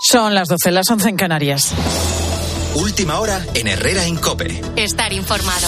Son las 12, las 11 en Canarias. Última hora en Herrera en COPE. Estar informado.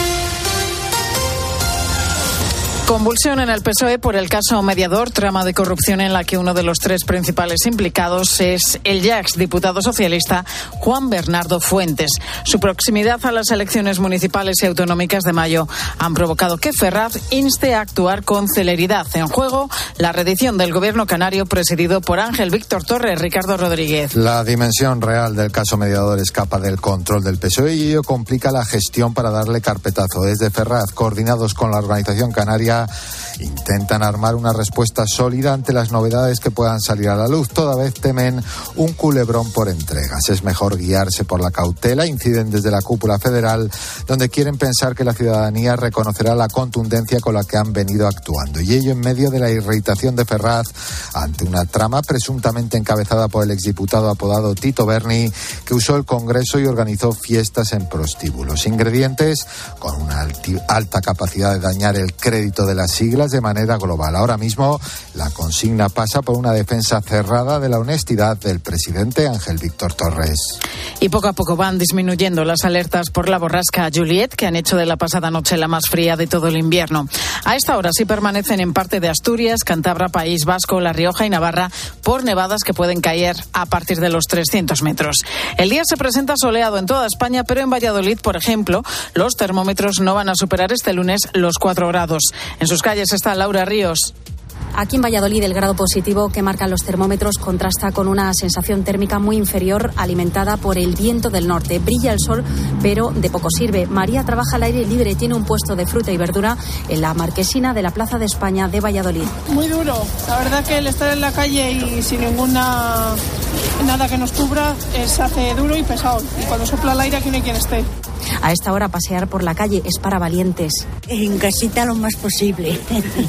Convulsión en el PSOE por el caso Mediador, trama de corrupción en la que uno de los tres principales implicados es el ya exdiputado socialista Juan Bernardo Fuentes. Su proximidad a las elecciones municipales y autonómicas de mayo han provocado que Ferraz inste a actuar con celeridad. En juego, la reedición del gobierno canario presidido por Ángel Víctor Torres. Ricardo Rodríguez. La dimensión real del caso Mediador escapa del control del PSOE y ello complica la gestión para darle carpetazo. Desde Ferraz, coordinados con la organización canaria, intentan armar una respuesta sólida ante las novedades que puedan salir a la luz. Toda vez temen un culebrón por entregas. Es mejor guiarse por la cautela. Inciden desde la cúpula federal, donde quieren pensar que la ciudadanía reconocerá la contundencia con la que han venido actuando. Y ello en medio de la irritación de Ferraz ante una trama presuntamente encabezada por el exdiputado apodado Tito Berni, que usó el Congreso y organizó fiestas en prostíbulos. Ingredientes con una alta capacidad de dañar el crédito de las siglas de manera global. Ahora mismo la consigna pasa por una defensa cerrada de la honestidad del presidente Ángel Víctor Torres. Y poco a poco van disminuyendo las alertas por la borrasca Juliet, que han hecho de la pasada noche la más fría de todo el invierno. A esta hora sí permanecen en parte de Asturias, Cantabria, País Vasco, La Rioja y Navarra por nevadas que pueden caer a partir de los 300 metros. El día se presenta soleado en toda España, pero en Valladolid, por ejemplo, los termómetros no van a superar este lunes los 4 grados. En sus calles está Laura Ríos. Aquí en Valladolid el grado positivo que marcan los termómetros contrasta con una sensación térmica muy inferior alimentada por el viento del norte. Brilla el sol, pero de poco sirve. María trabaja al aire libre y tiene un puesto de fruta y verdura en la marquesina de la Plaza de España de Valladolid. Muy duro. La verdad que el estar en la calle y sin nada que nos cubra se hace duro y pesado. Y cuando sopla el aire aquí no hay quien esté. A esta hora pasear por la calle es para valientes. En casita lo más posible.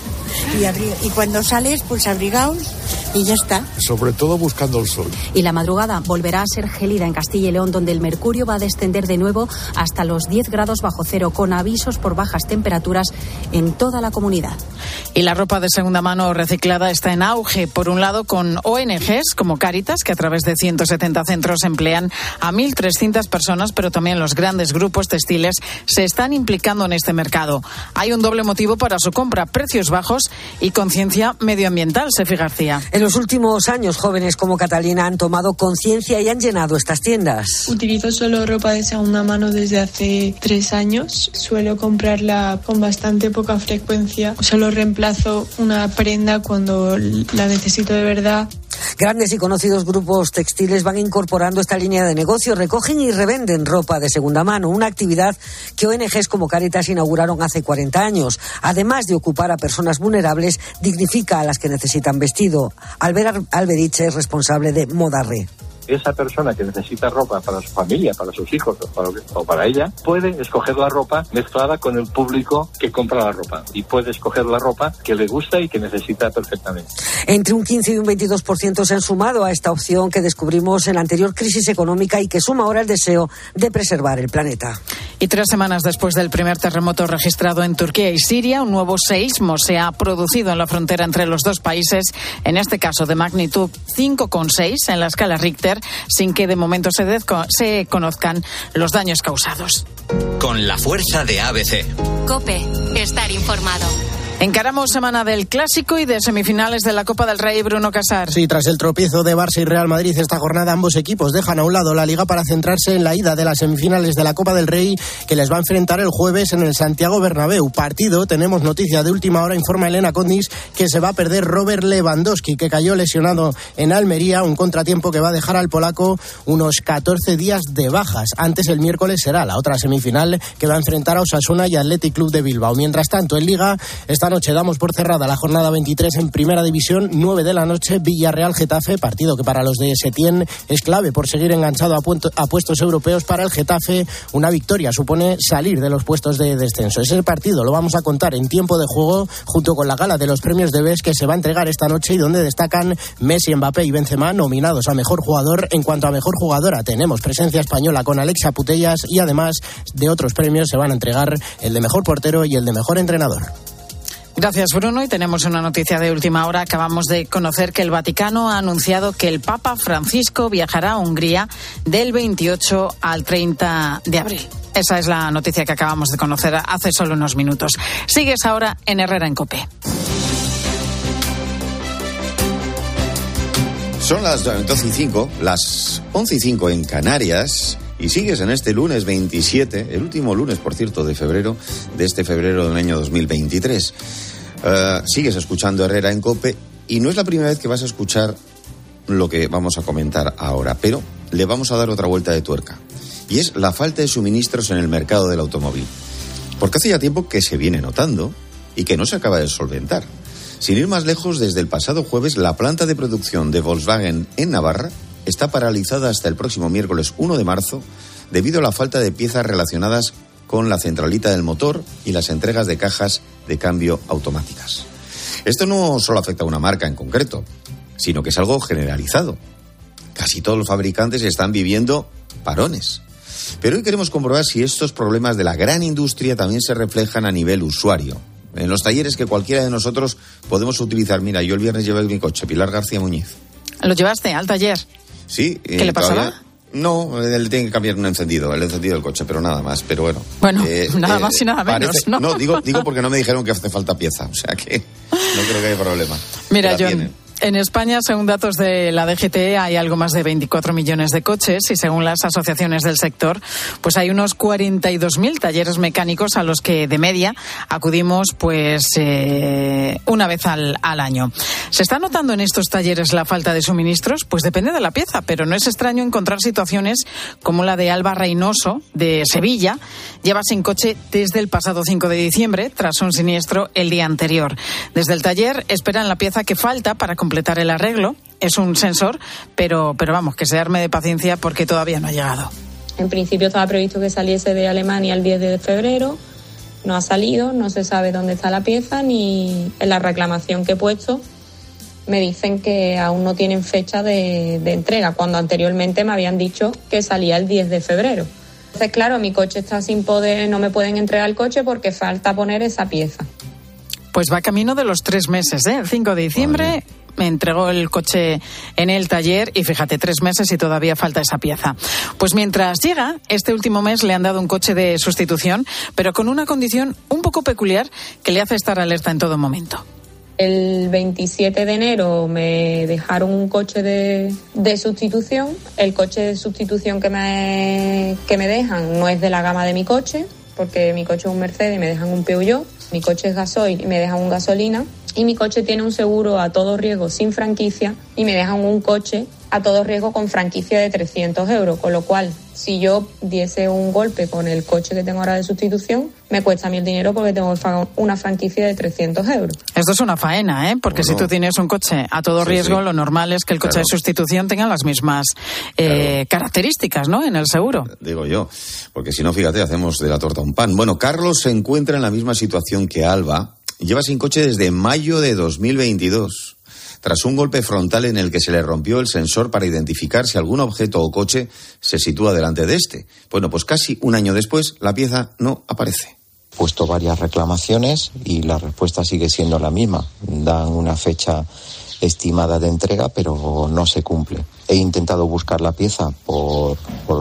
Y cuando sales, pues abrigaos y ya está. Sobre todo buscando el sol. Y la madrugada volverá a ser gélida en Castilla y León, donde el mercurio va a descender de nuevo hasta los 10 grados bajo cero, con avisos por bajas temperaturas en toda la comunidad. Y la ropa de segunda mano reciclada está en auge, por un lado con ONGs como Cáritas, que a través de 170 centros emplean a 1.300 personas, pero también los grandes grupos textiles se están implicando en este mercado. Hay un doble motivo para su compra: precios bajos y conciencia medioambiental. Sefi García. En los últimos años, jóvenes como Catalina han tomado conciencia y han llenado estas tiendas. Utilizo solo ropa de segunda mano desde hace 3 años. Suelo comprarla con bastante poca frecuencia. Solo reemplazo una prenda cuando la necesito de verdad. Grandes y conocidos grupos textiles van incorporando esta línea de negocio, recogen y revenden ropa de segunda mano, una actividad que ONGs como Cáritas inauguraron hace 40 años. Además de ocupar a personas vulnerables, dignifica a las que necesitan vestido. Albert Alberich es responsable de Modarre. Esa persona que necesita ropa para su familia, para sus hijos o para ella, puede escoger la ropa mezclada con el público que compra la ropa y puede escoger la ropa que le gusta y que necesita perfectamente. Entre un 15 y un 22% se han sumado a esta opción que descubrimos en la anterior crisis económica y que suma ahora el deseo de preservar el planeta. Y 3 semanas después del primer terremoto registrado en Turquía y Siria, un nuevo seísmo se ha producido en la frontera entre los dos países, en este caso de magnitud 5,6 en la escala Richter, sin que de momento se conozcan los daños causados. Con la fuerza de ABC. COPE. Estar informado. Encaramos semana del Clásico y de semifinales de la Copa del Rey. Bruno Casar. Sí, tras el tropiezo de Barça y Real Madrid esta jornada, ambos equipos dejan a un lado la Liga para centrarse en la ida de las semifinales de la Copa del Rey, que les va a enfrentar el jueves en el Santiago Bernabéu. Partido, tenemos noticia de última hora, informa Elena Condis, que se va a perder Robert Lewandowski, que cayó lesionado en Almería, un contratiempo que va a dejar al polaco unos 14 días de bajas. Antes, el miércoles, será la otra semifinal que va a enfrentar a Osasuna y Athletic Club de Bilbao. Mientras tanto, en Liga, esta noche damos por cerrada la jornada 23 en Primera División, 9 de la noche, Villarreal-Getafe, partido que para los de Setién es clave por seguir enganchado a puestos europeos. Para el Getafe, una victoria supone salir de los puestos de descenso. Ese partido lo vamos a contar en tiempo de juego, junto con la gala de los premios de BES que se va a entregar esta noche y donde destacan Messi, Mbappé y Benzema, nominados a Mejor Jugador. En cuanto a Mejor Jugadora, tenemos presencia española con Alexia Putellas y además de otros premios se van a entregar el de Mejor Portero y el de Mejor Entrenador. Gracias, Bruno. Y tenemos una noticia de última hora. Acabamos de conocer que el Vaticano ha anunciado que el Papa Francisco viajará a Hungría del 28 al 30 de abril. Esa es la noticia que acabamos de conocer hace solo unos minutos. Sigues ahora en Herrera en COPE. Son las 12:05, las 11:05 en Canarias. Y sigues en este lunes 27, el último lunes, por cierto, de febrero, de este febrero del año 2023. Sigues escuchando Herrera en COPE y no es la primera vez que vas a escuchar lo que vamos a comentar ahora, pero le vamos a dar otra vuelta de tuerca. Y es la falta de suministros en el mercado del automóvil. Porque hace ya tiempo que se viene notando y que no se acaba de solventar. Sin ir más lejos, desde el pasado jueves, la planta de producción de Volkswagen en Navarra está paralizada hasta el próximo miércoles 1 de marzo debido a la falta de piezas relacionadas con la centralita del motor y las entregas de cajas de cambio automáticas. Esto no solo afecta a una marca en concreto, sino que es algo generalizado. Casi todos los fabricantes están viviendo parones. Pero hoy queremos comprobar si estos problemas de la gran industria también se reflejan a nivel usuario. En los talleres que cualquiera de nosotros podemos utilizar. Mira, yo el viernes llevé mi coche, Pilar García Muñiz. ¿Lo llevaste al taller? Sí. ¿Qué le pasaba? No, él tiene que cambiar el encendido del coche, pero nada más. Pero bueno. Bueno, nada más y nada menos, parece, ¿no? Digo porque no me dijeron que hace falta pieza, o sea que no creo que haya problema. Mira, John, en España, según datos de la DGT, hay algo más de 24 millones de coches y según las asociaciones del sector, pues hay unos 42.000 talleres mecánicos a los que de media acudimos pues una vez al año. ¿Se está notando en estos talleres la falta de suministros? Pues depende de la pieza, pero no es extraño encontrar situaciones como la de Alba Reynoso, de Sevilla. Lleva sin coche desde el pasado 5 de diciembre, tras un siniestro el día anterior. Desde el taller esperan la pieza que falta para completar el arreglo. Es un sensor, pero vamos, que se arme de paciencia porque todavía no ha llegado. En principio estaba previsto que saliese de Alemania el 10 de febrero. No ha salido, no se sabe dónde está la pieza, ni en la reclamación que he puesto me dicen que aún no tienen fecha de entrega, cuando anteriormente me habían dicho que salía el 10 de febrero. Entonces, claro, mi coche está sin poder, no me pueden entregar el coche porque falta poner esa pieza. Pues va camino de los 3 meses, ¿eh? El 5 de diciembre me entregó el coche en el taller y fíjate, 3 meses y todavía falta esa pieza. Pues mientras llega, este último mes le han dado un coche de sustitución, pero con una condición un poco peculiar que le hace estar alerta en todo momento. El 27 de enero me dejaron un coche de sustitución. El coche de sustitución que me dejan no es de la gama de mi coche, porque mi coche es un Mercedes y me dejan un Peugeot. Mi coche es gasoil y me dejan un gasolina. Y mi coche tiene un seguro a todo riesgo sin franquicia y me dejan un coche a todo riesgo con franquicia de 300 euros. Con lo cual, si yo diese un golpe con el coche que tengo ahora de sustitución, me cuesta a mí el dinero porque tengo que pagar una franquicia de 300 euros. Esto es una faena, ¿eh? Porque si tú tienes un coche a todo riesgo, lo normal es que el coche de sustitución tenga las mismas características, ¿no? En el seguro. Digo yo, porque si no, fíjate, hacemos de la torta un pan. Bueno, Carlos se encuentra en la misma situación que Alba. Lleva sin coche desde mayo de 2022. Tras un golpe frontal en el que se le rompió el sensor para identificar si algún objeto o coche se sitúa delante de este. Bueno, pues casi un año después, la pieza no aparece. He puesto varias reclamaciones y la respuesta sigue siendo la misma. Dan una fecha estimada de entrega, pero no se cumple. He intentado buscar la pieza por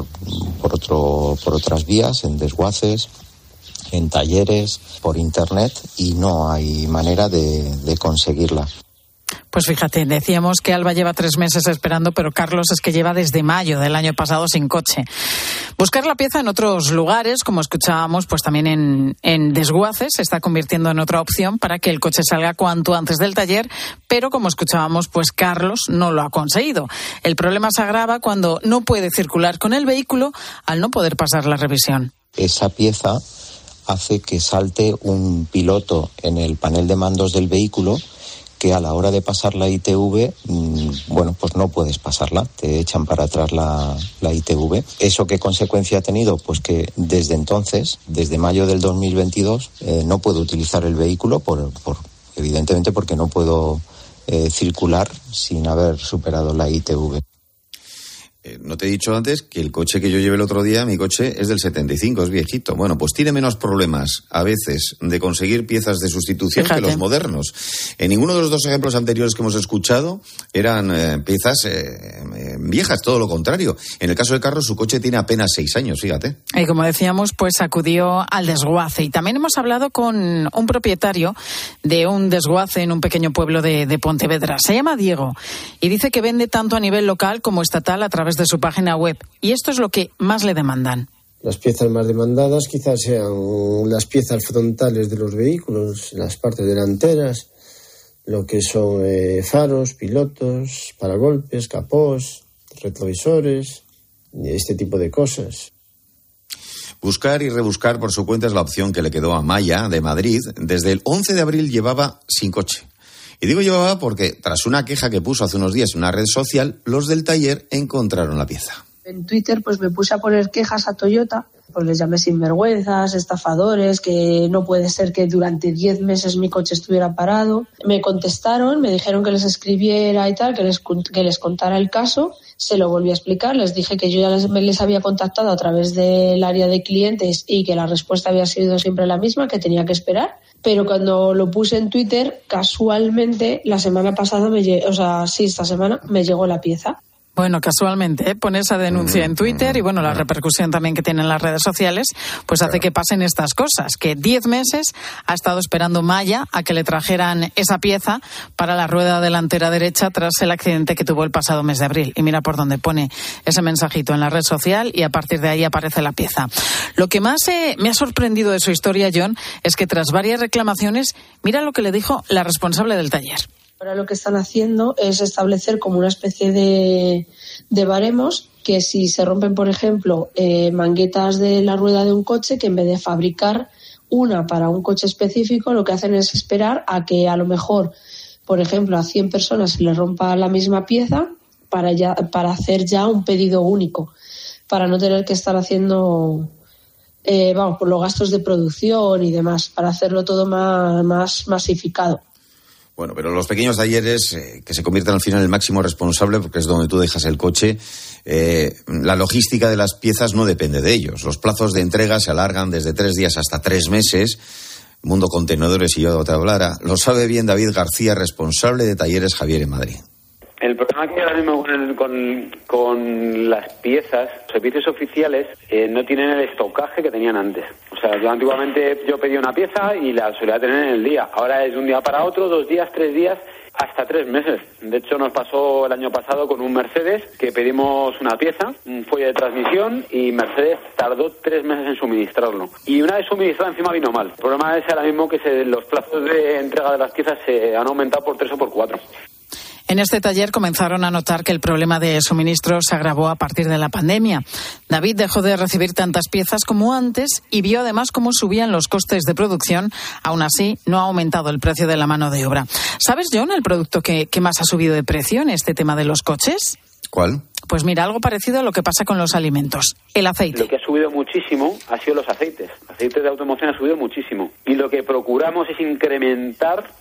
otras vías, en desguaces, en talleres, por internet, y no hay manera de conseguirla. Pues fíjate, decíamos que Alba lleva 3 meses esperando, pero Carlos es que lleva desde mayo del año pasado sin coche. Buscar la pieza en otros lugares, como escuchábamos, pues también en desguaces, se está convirtiendo en otra opción para que el coche salga cuanto antes del taller, pero como escuchábamos, pues Carlos no lo ha conseguido. El problema se agrava cuando no puede circular con el vehículo al no poder pasar la revisión. Esa pieza hace que salte un piloto en el panel de mandos del vehículo que a la hora de pasar la ITV, pues no puedes pasarla, te echan para atrás la ITV. ¿Eso qué consecuencia ha tenido? Pues que desde entonces, desde mayo del 2022, no puedo utilizar el vehículo, evidentemente porque no puedo circular sin haber superado la ITV. No te he dicho antes que el coche que yo llevé el otro día, mi coche es del 75, es viejito. Bueno, pues tiene menos problemas a veces de conseguir piezas de sustitución que los modernos. En ninguno de los dos ejemplos anteriores que hemos escuchado eran piezas viejas, todo lo contrario. En el caso de Carlos, su coche tiene apenas 6 años, fíjate. Y como decíamos, pues acudió al desguace. Y también hemos hablado con un propietario de un desguace en un pequeño pueblo de Pontevedra. Se llama Diego y dice que vende tanto a nivel local como estatal a través de su página web. Y esto es lo que más le demandan. Las piezas más demandadas quizás sean las piezas frontales de los vehículos, las partes delanteras, lo que son faros, pilotos, paragolpes, capós, retrovisores, este tipo de cosas. Buscar y rebuscar por su cuenta es la opción que le quedó a Maya, de Madrid. Desde el 11 de abril llevaba sin coche. Y digo llevaba porque, tras una queja que puso hace unos días en una red social, los del taller encontraron la pieza. En Twitter pues me puse a poner quejas a Toyota, pues les llamé sinvergüenzas, estafadores, que no puede ser que durante 10 meses mi coche estuviera parado. Me contestaron, me dijeron que les escribiera y tal, que les contara el caso. Se lo volví a explicar, les dije que yo ya les había contactado a través del área de clientes y que la respuesta había sido siempre la misma, que tenía que esperar. Pero cuando lo puse en Twitter, casualmente, la semana pasada, esta semana me llegó la pieza. Bueno, casualmente, pone esa denuncia en Twitter y bueno, la repercusión también que tienen las redes sociales, pues hace que pasen estas cosas, que 10 meses ha estado esperando Maya a que le trajeran esa pieza para la rueda delantera derecha tras el accidente que tuvo el pasado mes de abril. Y mira por dónde pone ese mensajito en la red social y a partir de ahí aparece la pieza. Lo que más me ha sorprendido de su historia, John, es que tras varias reclamaciones, mira lo que le dijo la responsable del taller. Ahora lo que están haciendo es establecer como una especie de baremos que si se rompen, por ejemplo, manguetas de la rueda de un coche, que en vez de fabricar una para un coche específico, lo que hacen es esperar a que a lo mejor, por ejemplo, a 100 personas se les rompa la misma pieza para hacer ya un pedido único, para no tener que estar haciendo por los gastos de producción y demás, para hacerlo todo más masificado. Bueno, pero los pequeños talleres que se convierten al final en el máximo responsable, porque es donde tú dejas el coche, la logística de las piezas no depende de ellos. Los plazos de entrega se alargan desde 3 días hasta 3 meses. Mundo Contenedores, y yo te hablara, lo sabe bien David García, responsable de Talleres Javier en Madrid. El problema que hay ahora mismo con las piezas, los servicios oficiales no tienen el estocaje que tenían antes. O sea, yo antiguamente pedía una pieza y la solía tener en el día. Ahora es de un día para otro, 2 días, 3 días, hasta 3 meses. De hecho, nos pasó el año pasado con un Mercedes que pedimos una pieza, un fuelle de transmisión, y Mercedes tardó 3 meses en suministrarlo. Y una vez suministrado, encima vino mal. El problema es ahora mismo que los plazos de entrega de las piezas se han aumentado por 3 o por 4. En este taller comenzaron a notar que el problema de suministro se agravó a partir de la pandemia. David dejó de recibir tantas piezas como antes y vio además cómo subían los costes de producción. Aún así, no ha aumentado el precio de la mano de obra. ¿Sabes, John, el producto que más ha subido de precio en este tema de los coches? ¿Cuál? Pues mira, algo parecido a lo que pasa con los alimentos. El aceite. Lo que ha subido muchísimo ha sido los aceites. El aceite de automoción ha subido muchísimo. Y lo que procuramos es incrementar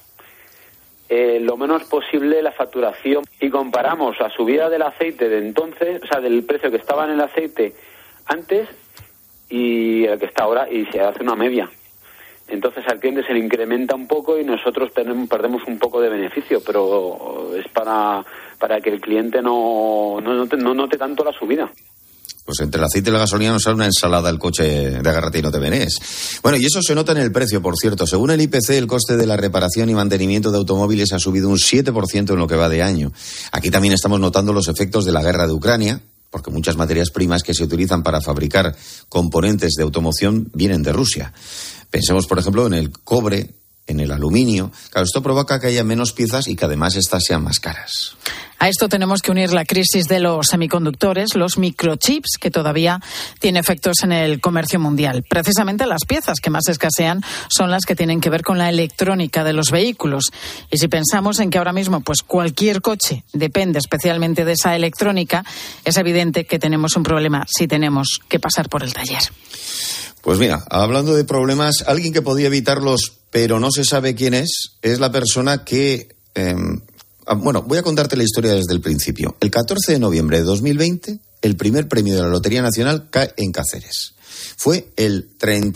lo menos posible la facturación, y comparamos la subida del aceite de entonces, o sea, del precio que estaba en el aceite antes y el que está ahora, y se hace una media. Entonces al cliente se le incrementa un poco y nosotros perdemos un poco de beneficio, pero es para que el cliente no note tanto la subida. Pues entre el aceite y la gasolina nos sale una ensalada el coche de agárrate y no te venés. Bueno, y eso se nota en el precio, por cierto. Según el IPC, el coste de la reparación y mantenimiento de automóviles ha subido un 7% en lo que va de año. Aquí también estamos notando los efectos de la guerra de Ucrania, porque muchas materias primas que se utilizan para fabricar componentes de automoción vienen de Rusia. Pensemos, por ejemplo, en el cobre, en el aluminio. Claro, esto provoca que haya menos piezas y que además estas sean más caras. A esto tenemos que unir la crisis de los semiconductores, los microchips, que todavía tiene efectos en el comercio mundial. Precisamente las piezas que más escasean son las que tienen que ver con la electrónica de los vehículos. Y si pensamos en que ahora mismo pues cualquier coche depende especialmente de esa electrónica, es evidente que tenemos un problema si tenemos que pasar por el taller. Pues mira, hablando de problemas, alguien que podía evitarlos, pero no se sabe quién es la persona que... Bueno, voy a contarte la historia desde el principio. El 14 de noviembre de 2020, el primer premio de la Lotería Nacional cae en Cáceres. Fue el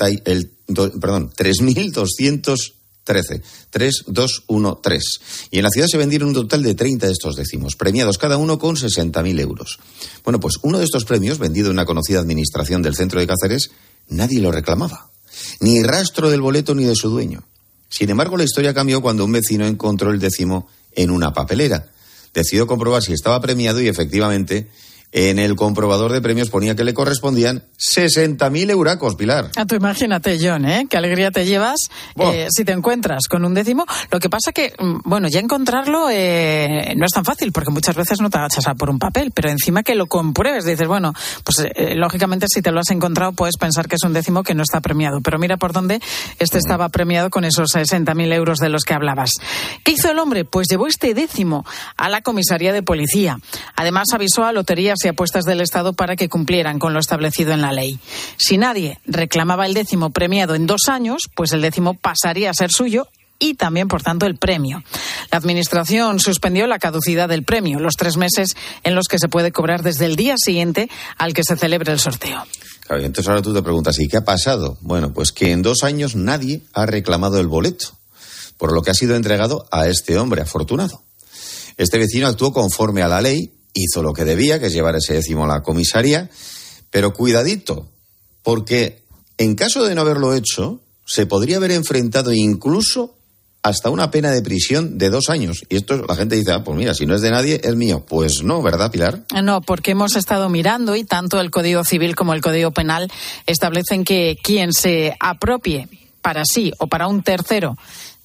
3.213. Y en la ciudad se vendieron un total de 30 de estos décimos, premiados cada uno con 60.000 euros. Bueno, pues uno de estos premios, vendido en una conocida administración del centro de Cáceres, nadie lo reclamaba. Ni rastro del boleto ni de su dueño. Sin embargo, la historia cambió cuando un vecino encontró el décimo en una papelera. Decidió comprobar si estaba premiado y efectivamente en el comprobador de premios ponía que le correspondían 60.000 euracos, Pilar. Tú imagínate, John, qué alegría te llevas si te encuentras con un décimo. Lo que pasa que, ya encontrarlo no es tan fácil, porque muchas veces no te agachas a por un papel, pero encima que lo compruebes, dices, lógicamente si te lo has encontrado puedes pensar que es un décimo que no está premiado. Pero mira por dónde estaba premiado con esos 60.000 euros de los que hablabas. ¿Qué hizo el hombre? Pues llevó este décimo a la comisaría de policía. Además avisó a Loterías y Apuestas del Estado para que cumplieran con lo establecido en la ley. Si nadie reclamaba el décimo premiado en 2 años, pues el décimo pasaría a ser suyo y también, por tanto, el premio. La Administración suspendió la caducidad del premio, los 3 meses en los que se puede cobrar desde el día siguiente al que se celebre el sorteo. Claro, y entonces ahora tú te preguntas, ¿y qué ha pasado? Bueno, pues que en 2 años nadie ha reclamado el boleto, por lo que ha sido entregado a este hombre afortunado. Este vecino actuó conforme a la ley, hizo lo que debía, que es llevar ese décimo a la comisaría, pero cuidadito, porque en caso de no haberlo hecho, se podría haber enfrentado incluso hasta una pena de prisión de 2 años. Y esto la gente dice, pues mira, si no es de nadie, es mío. Pues no, ¿verdad, Pilar? No, porque hemos estado mirando y tanto el Código Civil como el Código Penal establecen que quien se apropie para sí o para un tercero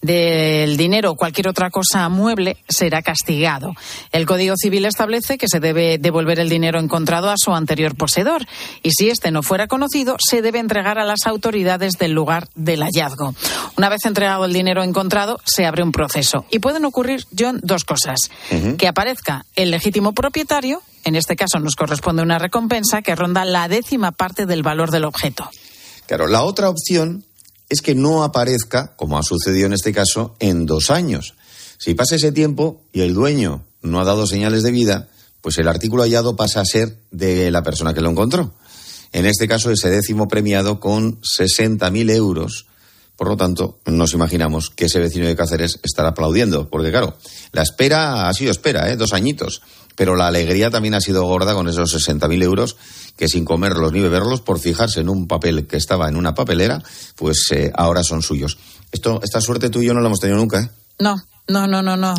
del dinero o cualquier otra cosa mueble será castigado. El Código Civil establece que se debe devolver el dinero encontrado a su anterior poseedor y si éste no fuera conocido se debe entregar a las autoridades del lugar del hallazgo. Una vez entregado el dinero encontrado se abre un proceso y pueden ocurrir, John, 2 cosas. Que aparezca el legítimo propietario, en este caso nos corresponde una recompensa que ronda la 10ª parte del valor del objeto. Claro, la otra opción es que no aparezca, como ha sucedido en este caso, en 2 años. Si pasa ese tiempo y el dueño no ha dado señales de vida, pues el artículo hallado pasa a ser de la persona que lo encontró. En este caso, ese décimo premiado con 60.000 euros. Por lo tanto, nos imaginamos que ese vecino de Cáceres estará aplaudiendo, porque claro, la espera ha sido espera, 2 añitos, pero la alegría también ha sido gorda con esos 60.000 euros que sin comerlos ni beberlos, por fijarse en un papel que estaba en una papelera, pues ahora son suyos. Esta suerte tú y yo no la hemos tenido nunca, ¿eh? No. Una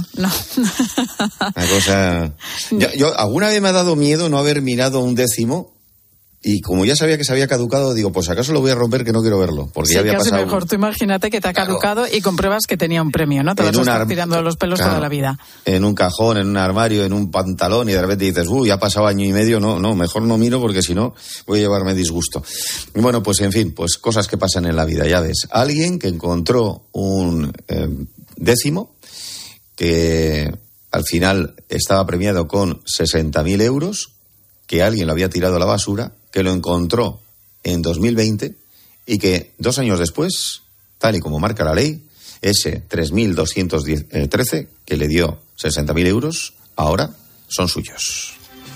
cosa... Yo alguna vez me ha dado miedo no haber mirado un décimo. Y como ya sabía que se había caducado, digo, pues acaso lo voy a romper que no quiero verlo. Porque ya había casi pasado. Mejor, tú imagínate que te ha caducado y compruebas que tenía un premio, ¿no? Te vas a estar tirando los pelos toda la vida. En un cajón, en un armario, en un pantalón y de repente dices, ya ha pasado 1 año y medio, no, mejor no miro porque si no voy a llevarme disgusto. Y bueno, pues en fin, pues cosas que pasan en la vida, ya ves. Alguien que encontró un décimo que al final estaba premiado con 60.000 euros, que alguien lo había tirado a la basura, que lo encontró en 2020 y que 2 años después, tal y como marca la ley, ese 3.213 que le dio 60.000 euros, ahora son suyos.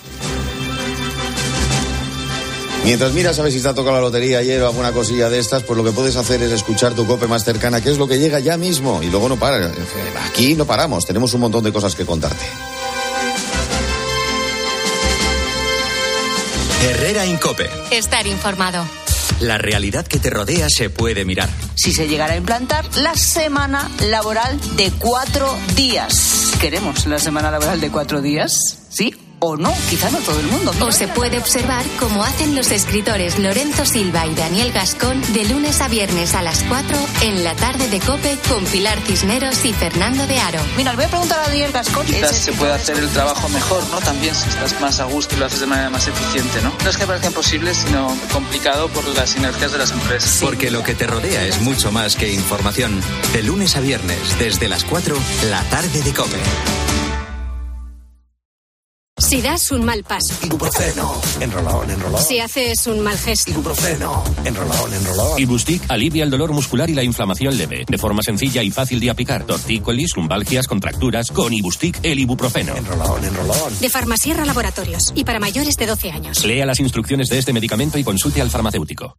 Mientras miras a ver si te ha tocado la lotería ayer o alguna cosilla de estas, pues lo que puedes hacer es escuchar tu COPE más cercana, que es lo que llega ya mismo, y luego no para. Aquí no paramos, tenemos un montón de cosas que contarte. Herrera Incope. Estar informado. La realidad que te rodea se puede mirar. Si se llegara a implantar la semana laboral de 4 días. ¿Queremos la semana laboral de 4 días? ¿Sí o no? Quizá no todo el mundo. O se puede observar cómo hacen los escritores Lorenzo Silva y Daniel Gascón de lunes a viernes a las 4 en la tarde de COPE con Pilar Cisneros y Fernando de Aro. Mira, le voy a preguntar a Daniel Gascón. Quizás se puede hacer el trabajo mejor, ¿no? También si estás más a gusto y lo haces de manera más eficiente, ¿no? No es que parezca imposible, sino complicado por las sinergias de las empresas. Sí. Porque lo que te rodea es mucho más que información. De lunes a viernes, desde las 4, la tarde de COPE. Si das un mal paso. Ibuprofeno. Enrolón. Si haces un mal gesto. Ibuprofeno. Enrolón. Ibustic alivia el dolor muscular y la inflamación leve. De forma sencilla y fácil de aplicar. Tortícolis, lumbalgias, contracturas. Con Ibustic, el ibuprofeno. Enrolón. De Farmasierra Laboratorios. Y para mayores de 12 años. Lea las instrucciones de este medicamento y consulte al farmacéutico.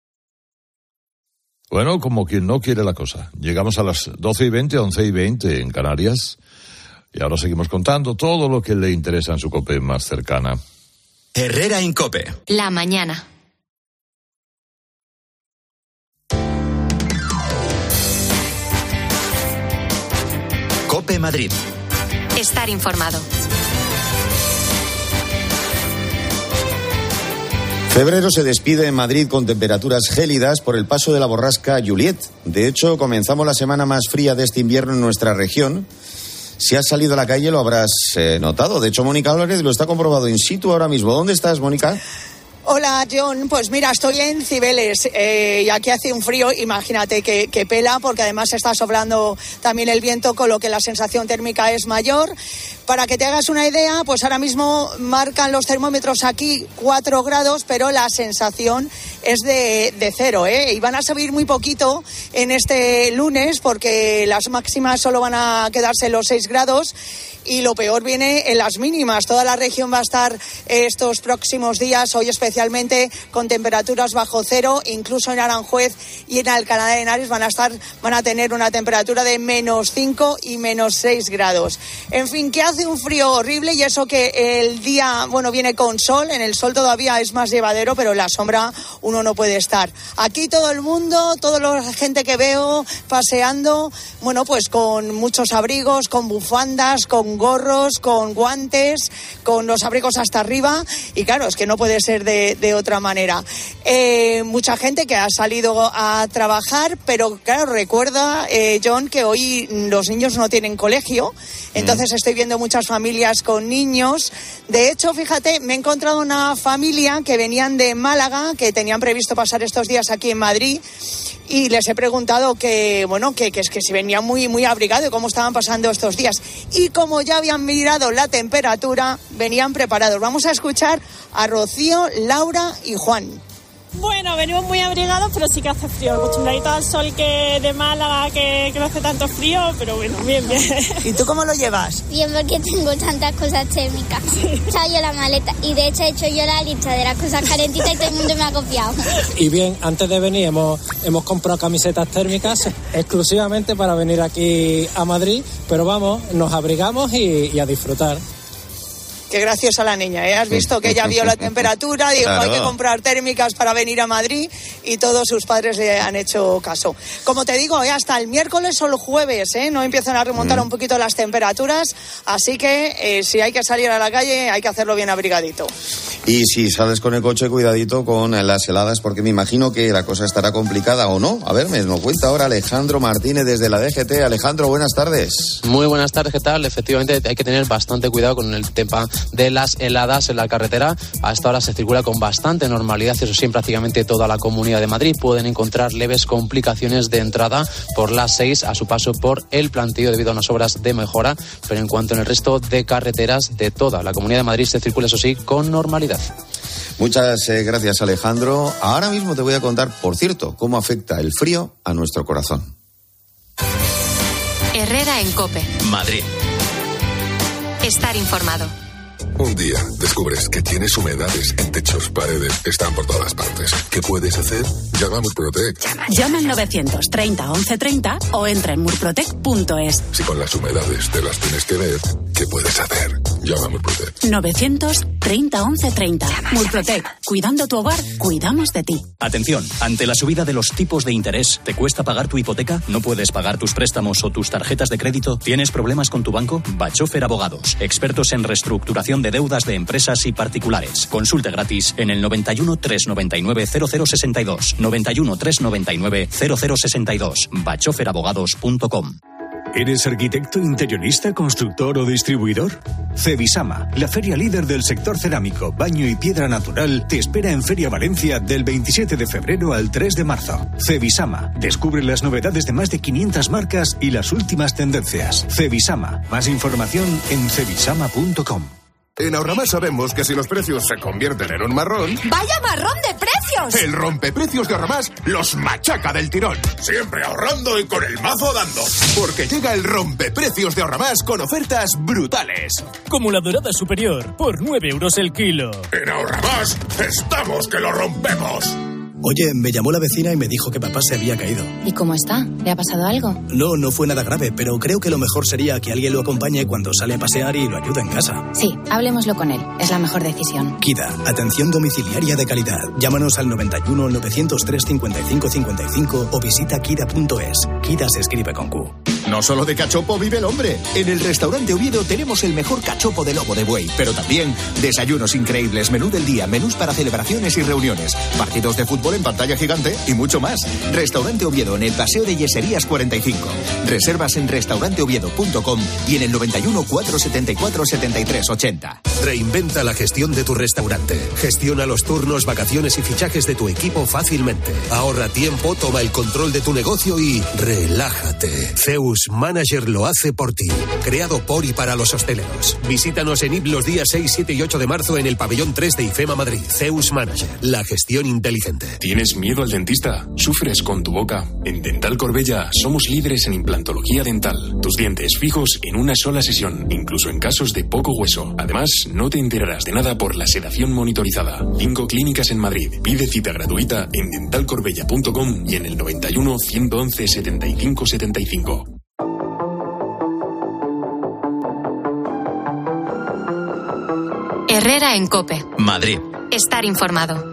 Bueno, como quien no quiere la cosa. Llegamos a las 12:20, 11:20 en Canarias. Y ahora seguimos contando todo lo que le interesa en su COPE más cercana. Herrera en COPE. La mañana. COPE Madrid. Estar informado. Febrero se despide en Madrid con temperaturas gélidas por el paso de la borrasca Juliet. De hecho, comenzamos la semana más fría de este invierno en nuestra región. Si has salido a la calle lo habrás notado. De hecho, Mónica Álvarez lo está comprobado in situ ahora mismo. ¿Dónde estás, Mónica? Hola, John. Pues mira, estoy en Cibeles y aquí hace un frío, imagínate que pela, porque además está soplando también el viento, con lo que la sensación térmica es mayor. Para que te hagas una idea, pues ahora mismo marcan los termómetros aquí 4 grados, pero la sensación es de 0, ¿eh? Y van a subir muy poquito en este lunes, porque las máximas solo van a quedarse en los 6 grados. Y lo peor viene en las mínimas. Toda la región va a estar estos próximos días, hoy especialmente, con temperaturas bajo 0. Incluso en Aranjuez y en Alcalá de Henares van a tener una temperatura de -5 y -6 grados. En fin, que hace un frío horrible, y eso que el día, viene con sol. En el sol todavía es más llevadero, pero en la sombra uno no puede estar. Aquí todo el mundo, toda la gente que veo paseando, pues con muchos abrigos, con bufandas, con gorros, con guantes, con los abrigos hasta arriba, y claro, es que no puede ser de otra manera. Mucha gente que ha salido a trabajar, pero claro, recuerda, John, que hoy los niños no tienen colegio, entonces estoy viendo muchas familias con niños. De hecho, fíjate, me he encontrado una familia que venían de Málaga, que tenían previsto pasar estos días aquí en Madrid, y les he preguntado que si venían muy abrigados y cómo estaban pasando estos días. Y como ya habían mirado la temperatura, venían preparados. Vamos a escuchar a Rocío, Laura y Juan. Bueno, venimos muy abrigados, pero sí que hace frío. Acostumbradito al sol que de Málaga, que no hace tanto frío, pero bueno, bien. ¿Y tú cómo lo llevas? Bien, porque tengo tantas cosas térmicas. He echado yo la maleta y de hecho he hecho yo la lista de las cosas calentitas y todo el mundo me ha copiado. Y bien, antes de venir hemos comprado camisetas térmicas exclusivamente para venir aquí a Madrid, pero vamos, nos abrigamos y a disfrutar. Qué graciosa la niña, ¿eh? Has visto que ella vio la temperatura, dijo, claro, hay que comprar térmicas para venir a Madrid, y todos sus padres le han hecho caso. Como te digo, hasta el miércoles o el jueves, no empiezan a remontar un poquito las temperaturas, así que si hay que salir a la calle hay que hacerlo bien abrigadito. Y si sales con el coche, cuidadito con las heladas, porque me imagino que la cosa estará complicada, ¿o no? A ver, me lo cuenta ahora Alejandro Martínez desde la DGT. Alejandro, buenas tardes. Muy buenas tardes, ¿qué tal? Efectivamente hay que tener bastante cuidado con el tema de las heladas en la carretera. A esta hora se circula con bastante normalidad, eso sí, en prácticamente toda la Comunidad de Madrid. Pueden encontrar leves complicaciones de entrada por la 6 a su paso por el Plantío debido a unas obras de mejora, pero en cuanto en el resto de carreteras de toda la Comunidad de Madrid se circula, eso sí, con normalidad. Muchas gracias, Alejandro. Ahora mismo te voy a contar, por cierto, cómo afecta el frío a nuestro corazón. Herrera en COPE. Madrid. Estar informado. Un día descubres que tienes humedades en techos, paredes, están por todas partes. ¿Qué puedes hacer? Llama a Murprotec. Llama al 930 1130 o entra en murprotec.es. Si con las humedades te las tienes que ver, ¿qué puedes hacer? Llama a Murprotec. 930 1130. Murprotec. Cuidando tu hogar, cuidamos de ti. Atención, ante la subida de los tipos de interés, ¿te cuesta pagar tu hipoteca? ¿No puedes pagar tus préstamos o tus tarjetas de crédito? ¿Tienes problemas con tu banco? Bachofer Abogados, expertos en reestructuración de deudas de empresas y particulares. Consulte gratis en el 91 399 0062. 91 399 0062. bachoferabogados.com. ¿Eres arquitecto, interiorista, constructor o distribuidor? Cebisama, la feria líder del sector cerámico, baño y piedra natural, te espera en Feria Valencia del 27 de febrero al 3 de marzo. Cebisama, descubre las novedades de más de 500 marcas y las últimas tendencias. Cebisama, más información en cebisama.com. En Ahorramás sabemos que si los precios se convierten en un marrón... ¡Vaya marrón de precios! El rompeprecios de Ahorramás los machaca del tirón. Siempre ahorrando y con el mazo dando. Porque llega el rompeprecios de Ahorramás con ofertas brutales. Como la dorada superior, por 9 euros el kilo. En Ahorramás estamos que lo rompemos. Oye, me llamó la vecina y me dijo que papá se había caído. ¿Y cómo está? ¿Le ha pasado algo? No fue nada grave, pero creo que lo mejor sería que alguien lo acompañe cuando sale a pasear y lo ayude en casa. Sí, hablemoslo con él. Es la mejor decisión. Kida, atención domiciliaria de calidad. Llámanos al 91 903 55 55 o visita kida.es. Kida se escribe con Q. No solo de cachopo vive el hombre. En el restaurante Oviedo tenemos el mejor cachopo de lomo de buey, pero también desayunos increíbles, menú del día, menús para celebraciones y reuniones, partidos de fútbol en pantalla gigante y mucho más. Restaurante Oviedo en el Paseo de Yeserías 45. Reservas en restauranteoviedo.com y en el 91 474 73 80. Reinventa la gestión de tu restaurante. Gestiona los turnos, vacaciones y fichajes de tu equipo fácilmente. Ahorra tiempo, toma el control de tu negocio y relájate. Zeus Manager lo hace por ti. Creado por y para los hosteleros. Visítanos en IP los días 6, 7 y 8 de marzo en el pabellón 3 de IFEMA Madrid. Zeus Manager. La gestión inteligente. ¿Tienes miedo al dentista? ¿Sufres con tu boca? En Dental Corbella somos líderes en implantología dental. Tus dientes fijos en una sola sesión, incluso en casos de poco hueso. Además, no te enterarás de nada por la sedación monitorizada. 5 clínicas en Madrid. Pide cita gratuita en dentalcorbella.com y en el 91 111 75 75. Herrera en COPE. Madrid. Estar informado.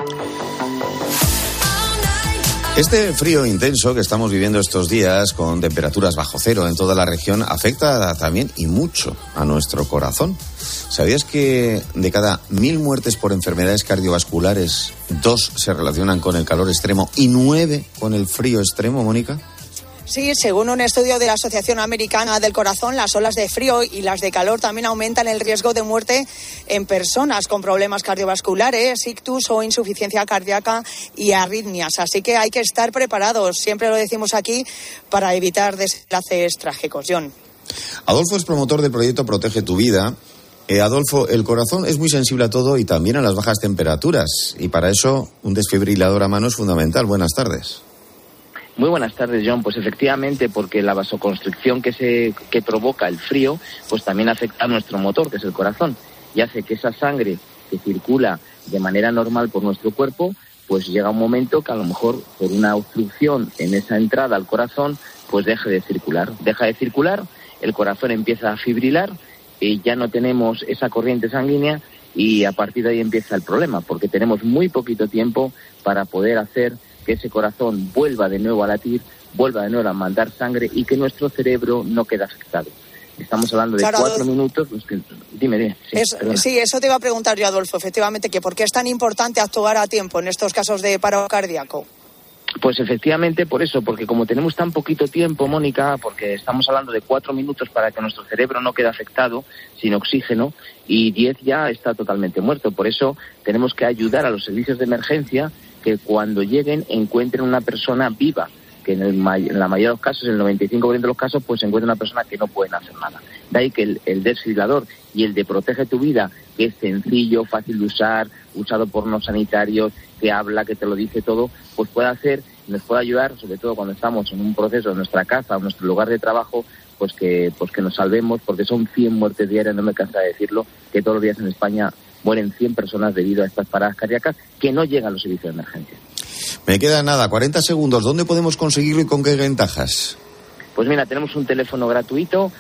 Este frío intenso que estamos viviendo estos días, con temperaturas bajo cero en toda la región, afecta también y mucho a nuestro corazón. ¿Sabías que de cada 1.000 muertes por enfermedades cardiovasculares, 2 se relacionan con el calor extremo y 9 con el frío extremo, Mónica? Sí, según un estudio de la Asociación Americana del Corazón, las olas de frío y las de calor también aumentan el riesgo de muerte en personas con problemas cardiovasculares, ictus o insuficiencia cardíaca y arritmias. Así que hay que estar preparados, siempre lo decimos aquí, para evitar desenlaces trágicos. John. Adolfo es promotor del proyecto Protege tu Vida. Adolfo, el corazón es muy sensible a todo y también a las bajas temperaturas. Y para eso un desfibrilador a mano es fundamental. Buenas tardes. Muy buenas tardes, John. Pues efectivamente, porque la vasoconstricción que provoca el frío, pues también afecta a nuestro motor, que es el corazón, y hace que esa sangre que circula de manera normal por nuestro cuerpo, pues llega un momento que a lo mejor por una obstrucción en esa entrada al corazón, pues deja de circular, el corazón empieza a fibrilar y ya no tenemos esa corriente sanguínea y a partir de ahí empieza el problema, porque tenemos muy poquito tiempo para poder hacer que ese corazón vuelva de nuevo a latir, vuelva de nuevo a mandar sangre y que nuestro cerebro no quede afectado. Estamos hablando de 4 minutos. Pues que, dime. Sí, eso te iba a preguntar yo, Adolfo, efectivamente, que ¿por qué es tan importante actuar a tiempo en estos casos de paro cardíaco? Pues efectivamente por eso, porque como tenemos tan poquito tiempo, Mónica, porque estamos hablando de 4 minutos para que nuestro cerebro no quede afectado, sin oxígeno, y 10 ya está totalmente muerto. Por eso tenemos que ayudar a los servicios de emergencia que cuando lleguen encuentren una persona viva, que en la mayoría de los casos, en el 95% de los casos, pues se encuentra una persona que no pueden hacer nada. De ahí que el desfibrilador y el de Protege tu Vida, que es sencillo, fácil de usar, usado por unos sanitarios, que habla, que te lo dice todo, pues nos puede ayudar, sobre todo cuando estamos en un proceso en nuestra casa o en nuestro lugar de trabajo, pues que nos salvemos, porque son 100 muertes diarias, no me cansa de decirlo, que todos los días en España mueren 100 personas debido a estas paradas cardíacas que no llegan a los servicios de emergencia. Me queda 40 segundos. ¿Dónde podemos conseguirlo y con qué ventajas? Pues mira, tenemos un teléfono gratuito,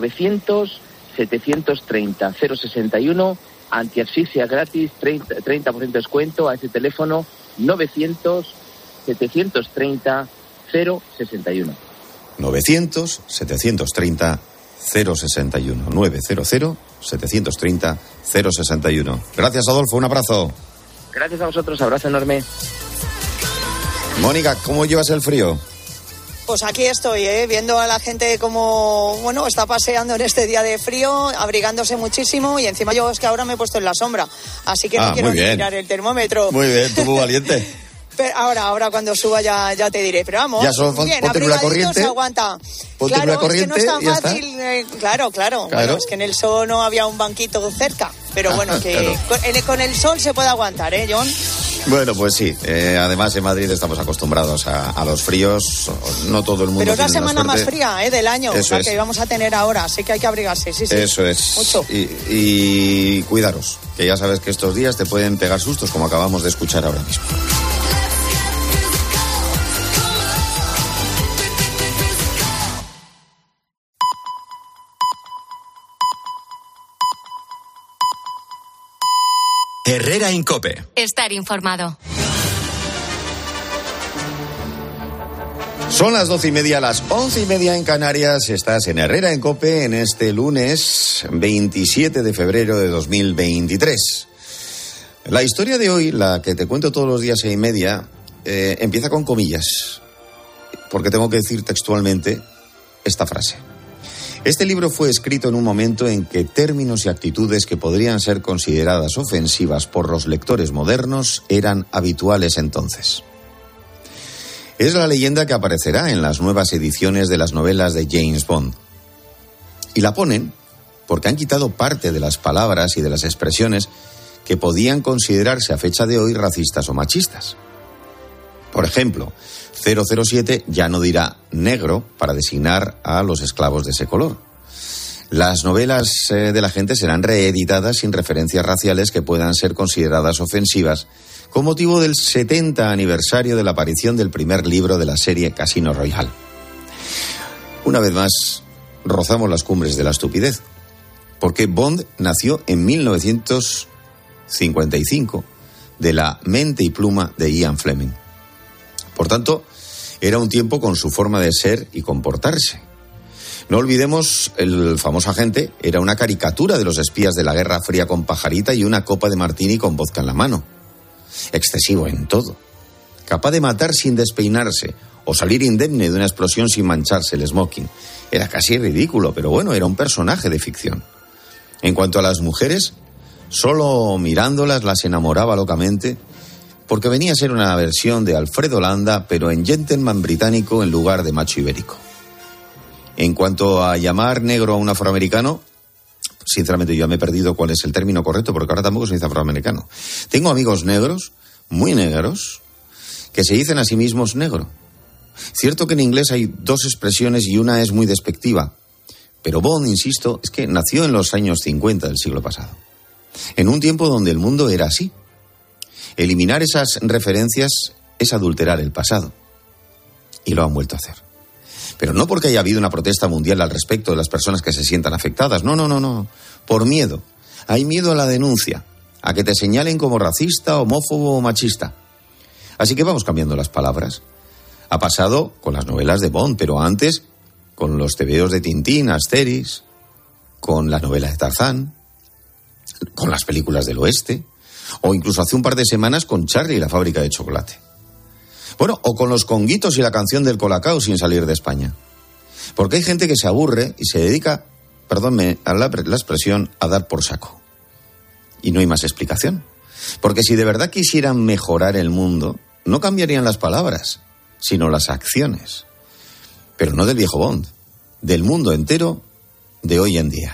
900-730-061, antiasfixia gratis, 30% de descuento a ese teléfono, 900-730-061. 900-730-061. 900-730-061. Gracias, Adolfo. Un abrazo. Gracias a vosotros. Abrazo enorme. Mónica, ¿cómo llevas el frío? Pues aquí estoy, viendo a la gente como, está paseando en este día de frío, abrigándose muchísimo, y encima yo es que ahora me he puesto en la sombra, así que no quiero ni mirar el termómetro. Muy bien, tú muy valiente. Ahora cuando suba ya te diré. Pero vamos, ya solo bien, ponte una corriente. Se aguanta. Ponte una corriente, es que no es tan fácil. Claro. Bueno, es que en el sol no había un banquito cerca. Pero bueno, que con el sol se puede aguantar, ¿eh, John? Bueno, pues sí. Además, en Madrid estamos acostumbrados a los fríos. No todo el mundo. Pero es la semana más fría del año, la que vamos a tener ahora. Así que hay que abrigarse, sí. Eso es. Mucho. Y cuidaros, que ya sabes que estos días te pueden pegar sustos, como acabamos de escuchar ahora mismo. Herrera en COPE. Estar informado. Son las 12:30, las 11:30 en Canarias. Estás en Herrera en COPE en este lunes 27 de febrero de 2023. La historia de hoy, la que te cuento todos los días 6:30, empieza con comillas, porque tengo que decir textualmente esta frase. Este libro fue escrito en un momento en que términos y actitudes que podrían ser consideradas ofensivas por los lectores modernos eran habituales entonces. Es la leyenda que aparecerá en las nuevas ediciones de las novelas de James Bond. Y la ponen porque han quitado parte de las palabras y de las expresiones que podían considerarse a fecha de hoy racistas o machistas. Por ejemplo, 007 ya no dirá negro para designar a los esclavos de ese color. Las novelas de la gente serán reeditadas sin referencias raciales que puedan ser consideradas ofensivas con motivo del 70 aniversario de la aparición del primer libro de la serie Casino Royale. Una vez más, rozamos las cumbres de la estupidez, porque Bond nació en 1955 de la mente y pluma de Ian Fleming. Por tanto, era un tiempo con su forma de ser y comportarse. No olvidemos, el famoso agente era una caricatura de los espías de la Guerra Fría con pajarita y una copa de martini con vodka en la mano. Excesivo en todo. Capaz de matar sin despeinarse o salir indemne de una explosión sin mancharse el smoking. Era casi ridículo, pero bueno, era un personaje de ficción. En cuanto a las mujeres, solo mirándolas las enamoraba locamente, porque venía a ser una versión de Alfredo Landa, pero en gentleman británico en lugar de macho ibérico. En cuanto a llamar negro a un afroamericano, sinceramente yo ya me he perdido cuál es el término correcto, porque ahora tampoco se dice afroamericano. Tengo amigos negros, muy negros, que se dicen a sí mismos negro. Cierto que en inglés hay dos expresiones y una es muy despectiva, pero Bond, insisto, es que nació en los años 50 del siglo pasado, en un tiempo donde el mundo era así. Eliminar esas referencias es adulterar el pasado. Y lo han vuelto a hacer. Pero no porque haya habido una protesta mundial al respecto de las personas que se sientan afectadas. No. Por miedo. Hay miedo a la denuncia, a que te señalen como racista, homófobo o machista. Así que vamos cambiando las palabras. Ha pasado con las novelas de Bond, pero antes con los tebeos de Tintín, Asterix, con la novela de Tarzán, con las películas del oeste, o incluso hace un par de semanas con Charlie y la fábrica de chocolate. Bueno, o con los conguitos y la canción del Colacao sin salir de España. Porque hay gente que se aburre y se dedica, perdónme a la expresión, a dar por saco. Y no hay más explicación. Porque si de verdad quisieran mejorar el mundo, no cambiarían las palabras, sino las acciones. Pero no del viejo Bond, del mundo entero de hoy en día.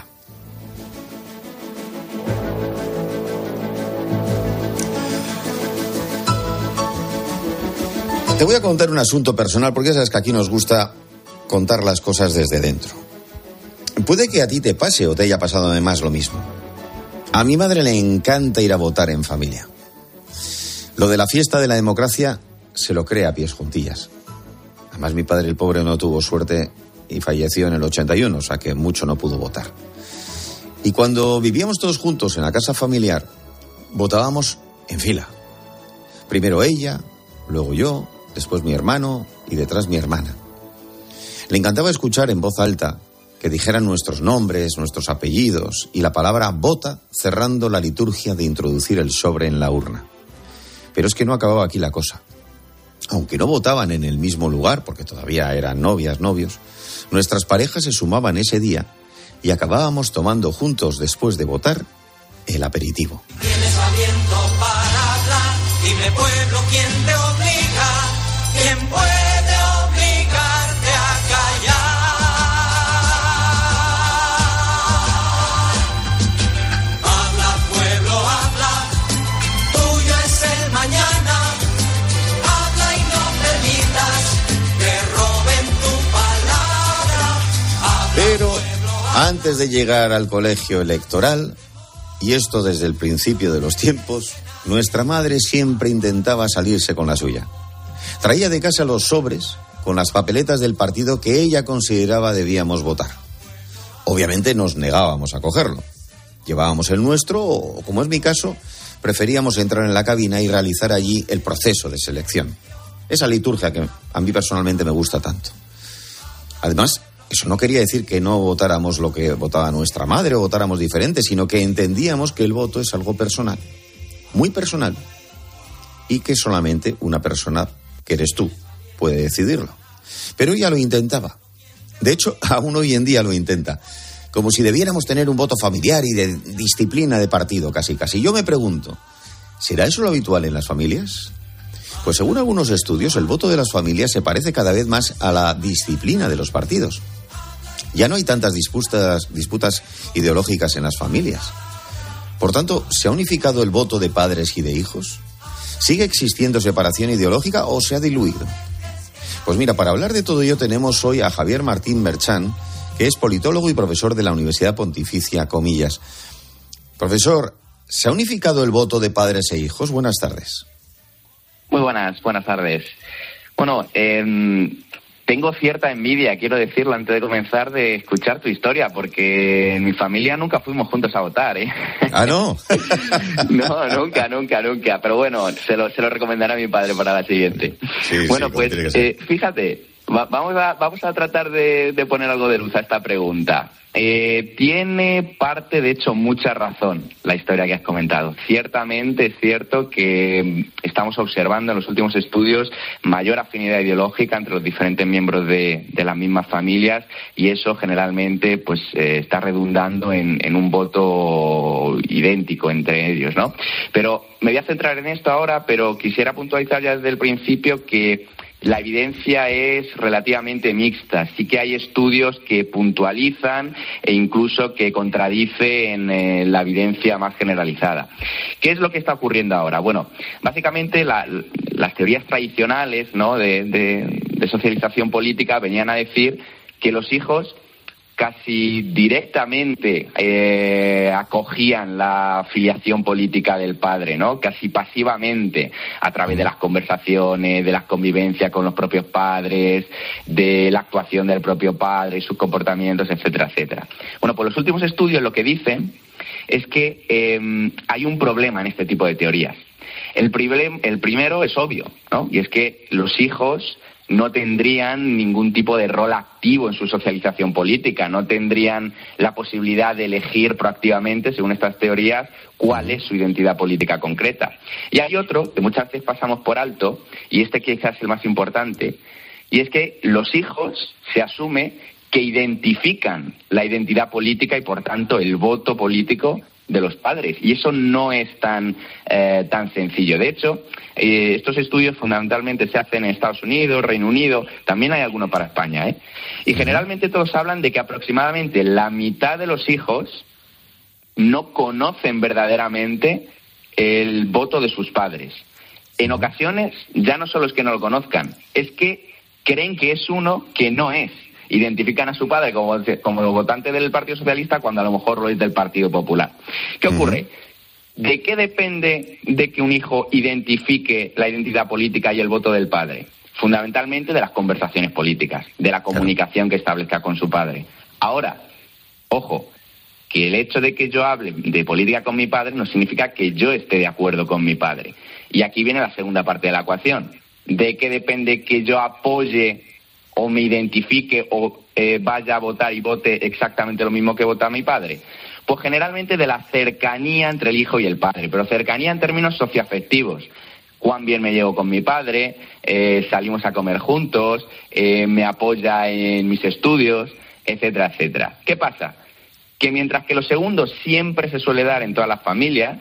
Te voy a contar un asunto personal, porque ya sabes que aquí nos gusta contar las cosas desde dentro. Puede que a ti te pase o te haya pasado además lo mismo. A mi madre le encanta ir a votar en familia. Lo de la fiesta de la democracia se lo cree a pies juntillas. Además, mi padre, el pobre, no tuvo suerte y falleció en el 81, o sea que mucho no pudo votar. Y cuando vivíamos todos juntos en la casa familiar, votábamos en fila. Primero ella, luego yo, después mi hermano y detrás mi hermana. Le encantaba escuchar en voz alta que dijeran nuestros nombres, nuestros apellidos y la palabra vota, cerrando la liturgia de introducir el sobre en la urna. Pero es que no acababa aquí la cosa. Aunque no votaban en el mismo lugar, porque todavía eran novias, novios, nuestras parejas se sumaban ese día y acabábamos tomando juntos, después de votar, el aperitivo. Tienes aliento para hablar y Dime pueblo, ¿quién te obliga? ¿Quién puede obligarte a callar? Habla pueblo, habla, tuyo es el mañana. Habla y no permitas que roben tu palabra. Habla, pero pueblo, antes de llegar al colegio electoral, y esto desde el principio de los tiempos, nuestra madre siempre intentaba salirse con la suya. Traía de casa los sobres con las papeletas del partido que ella consideraba debíamos votar. Obviamente nos negábamos a cogerlo. Llevábamos el nuestro o, como es mi caso, preferíamos entrar en la cabina y realizar allí el proceso de selección. Esa liturgia que a mí personalmente me gusta tanto. Además, eso no quería decir que no votáramos lo que votaba nuestra madre o votáramos diferente, sino que entendíamos que el voto es algo personal, muy personal, y que solamente una persona, que eres tú, puede decidirlo. Pero ella lo intentaba. De hecho, aún hoy en día lo intenta. Como si debiéramos tener un voto familiar y de disciplina de partido, casi. Yo me pregunto, ¿será eso lo habitual en las familias? Pues según algunos estudios, el voto de las familias se parece cada vez más a la disciplina de los partidos. Ya no hay tantas disputas ideológicas en las familias. Por tanto, ¿se ha unificado el voto de padres y de hijos? ¿Sigue existiendo separación ideológica o se ha diluido? Pues mira, para hablar de todo ello tenemos hoy a Javier Martín Merchán, que es politólogo y profesor de la Universidad Pontificia Comillas. Profesor, ¿se ha unificado el voto de padres e hijos? Buenas tardes. Muy buenas tardes. Bueno, tengo cierta envidia, quiero decirlo antes de comenzar, de escuchar tu historia, porque en mi familia nunca fuimos juntos a votar, ¿eh? ¿Ah, no? No, nunca. Pero bueno, se lo recomendaré a mi padre para la siguiente. Sí, bueno, sí, pues fíjate, vamos a tratar de poner algo de luz a esta pregunta. Tiene parte, de hecho, mucha razón la historia que has comentado. Ciertamente es cierto que estamos observando en los últimos estudios mayor afinidad ideológica entre los diferentes miembros de las mismas familias, y eso generalmente pues está redundando en un voto idéntico entre ellos, ¿no? Pero me voy a centrar en esto ahora, pero quisiera puntualizar ya desde el principio que la evidencia es relativamente mixta. Sí que hay estudios que puntualizan e incluso que contradicen la evidencia más generalizada. ¿Qué es lo que está ocurriendo ahora? Bueno, básicamente las teorías tradicionales, ¿no?, de socialización política venían a decir que los hijos casi directamente acogían la filiación política del padre, ¿no? Casi pasivamente, a través de las conversaciones, de las convivencias con los propios padres, de la actuación del propio padre, sus comportamientos, etcétera, etcétera. Bueno, pues los últimos estudios lo que dicen es que hay un problema en este tipo de teorías. El primero es obvio, ¿no? Y es que los hijos no tendrían ningún tipo de rol activo en su socialización política, no tendrían la posibilidad de elegir proactivamente, según estas teorías, cuál es su identidad política concreta. Y hay otro que muchas veces pasamos por alto, y este quizás es el más importante, y es que los hijos se asume que identifican la identidad política y, por tanto, el voto político de los padres, y eso no es tan sencillo. De hecho, estos estudios fundamentalmente se hacen en Estados Unidos, Reino Unido, también hay algunos para España, y generalmente todos hablan de que aproximadamente la mitad de los hijos no conocen verdaderamente el voto de sus padres. En ocasiones ya no solo es que no lo conozcan, es que creen que es uno que no es. Identifican a su padre como votante del Partido Socialista cuando a lo mejor lo es del Partido Popular. ¿Qué ocurre? ¿De qué depende de que un hijo identifique la identidad política y el voto del padre? Fundamentalmente de las conversaciones políticas, de la comunicación que establezca con su padre. Ahora, ojo, que el hecho de que yo hable de política con mi padre no significa que yo esté de acuerdo con mi padre. Y aquí viene la segunda parte de la ecuación. ¿De qué depende que yo apoye o me identifique o vaya a votar y vote exactamente lo mismo que vota mi padre? Pues generalmente de la cercanía entre el hijo y el padre, pero cercanía en términos socioafectivos. Cuán bien me llevo con mi padre, salimos a comer juntos, me apoya en mis estudios, etcétera, etcétera. ¿Qué pasa? Que mientras que lo segundo siempre se suele dar en todas las familias,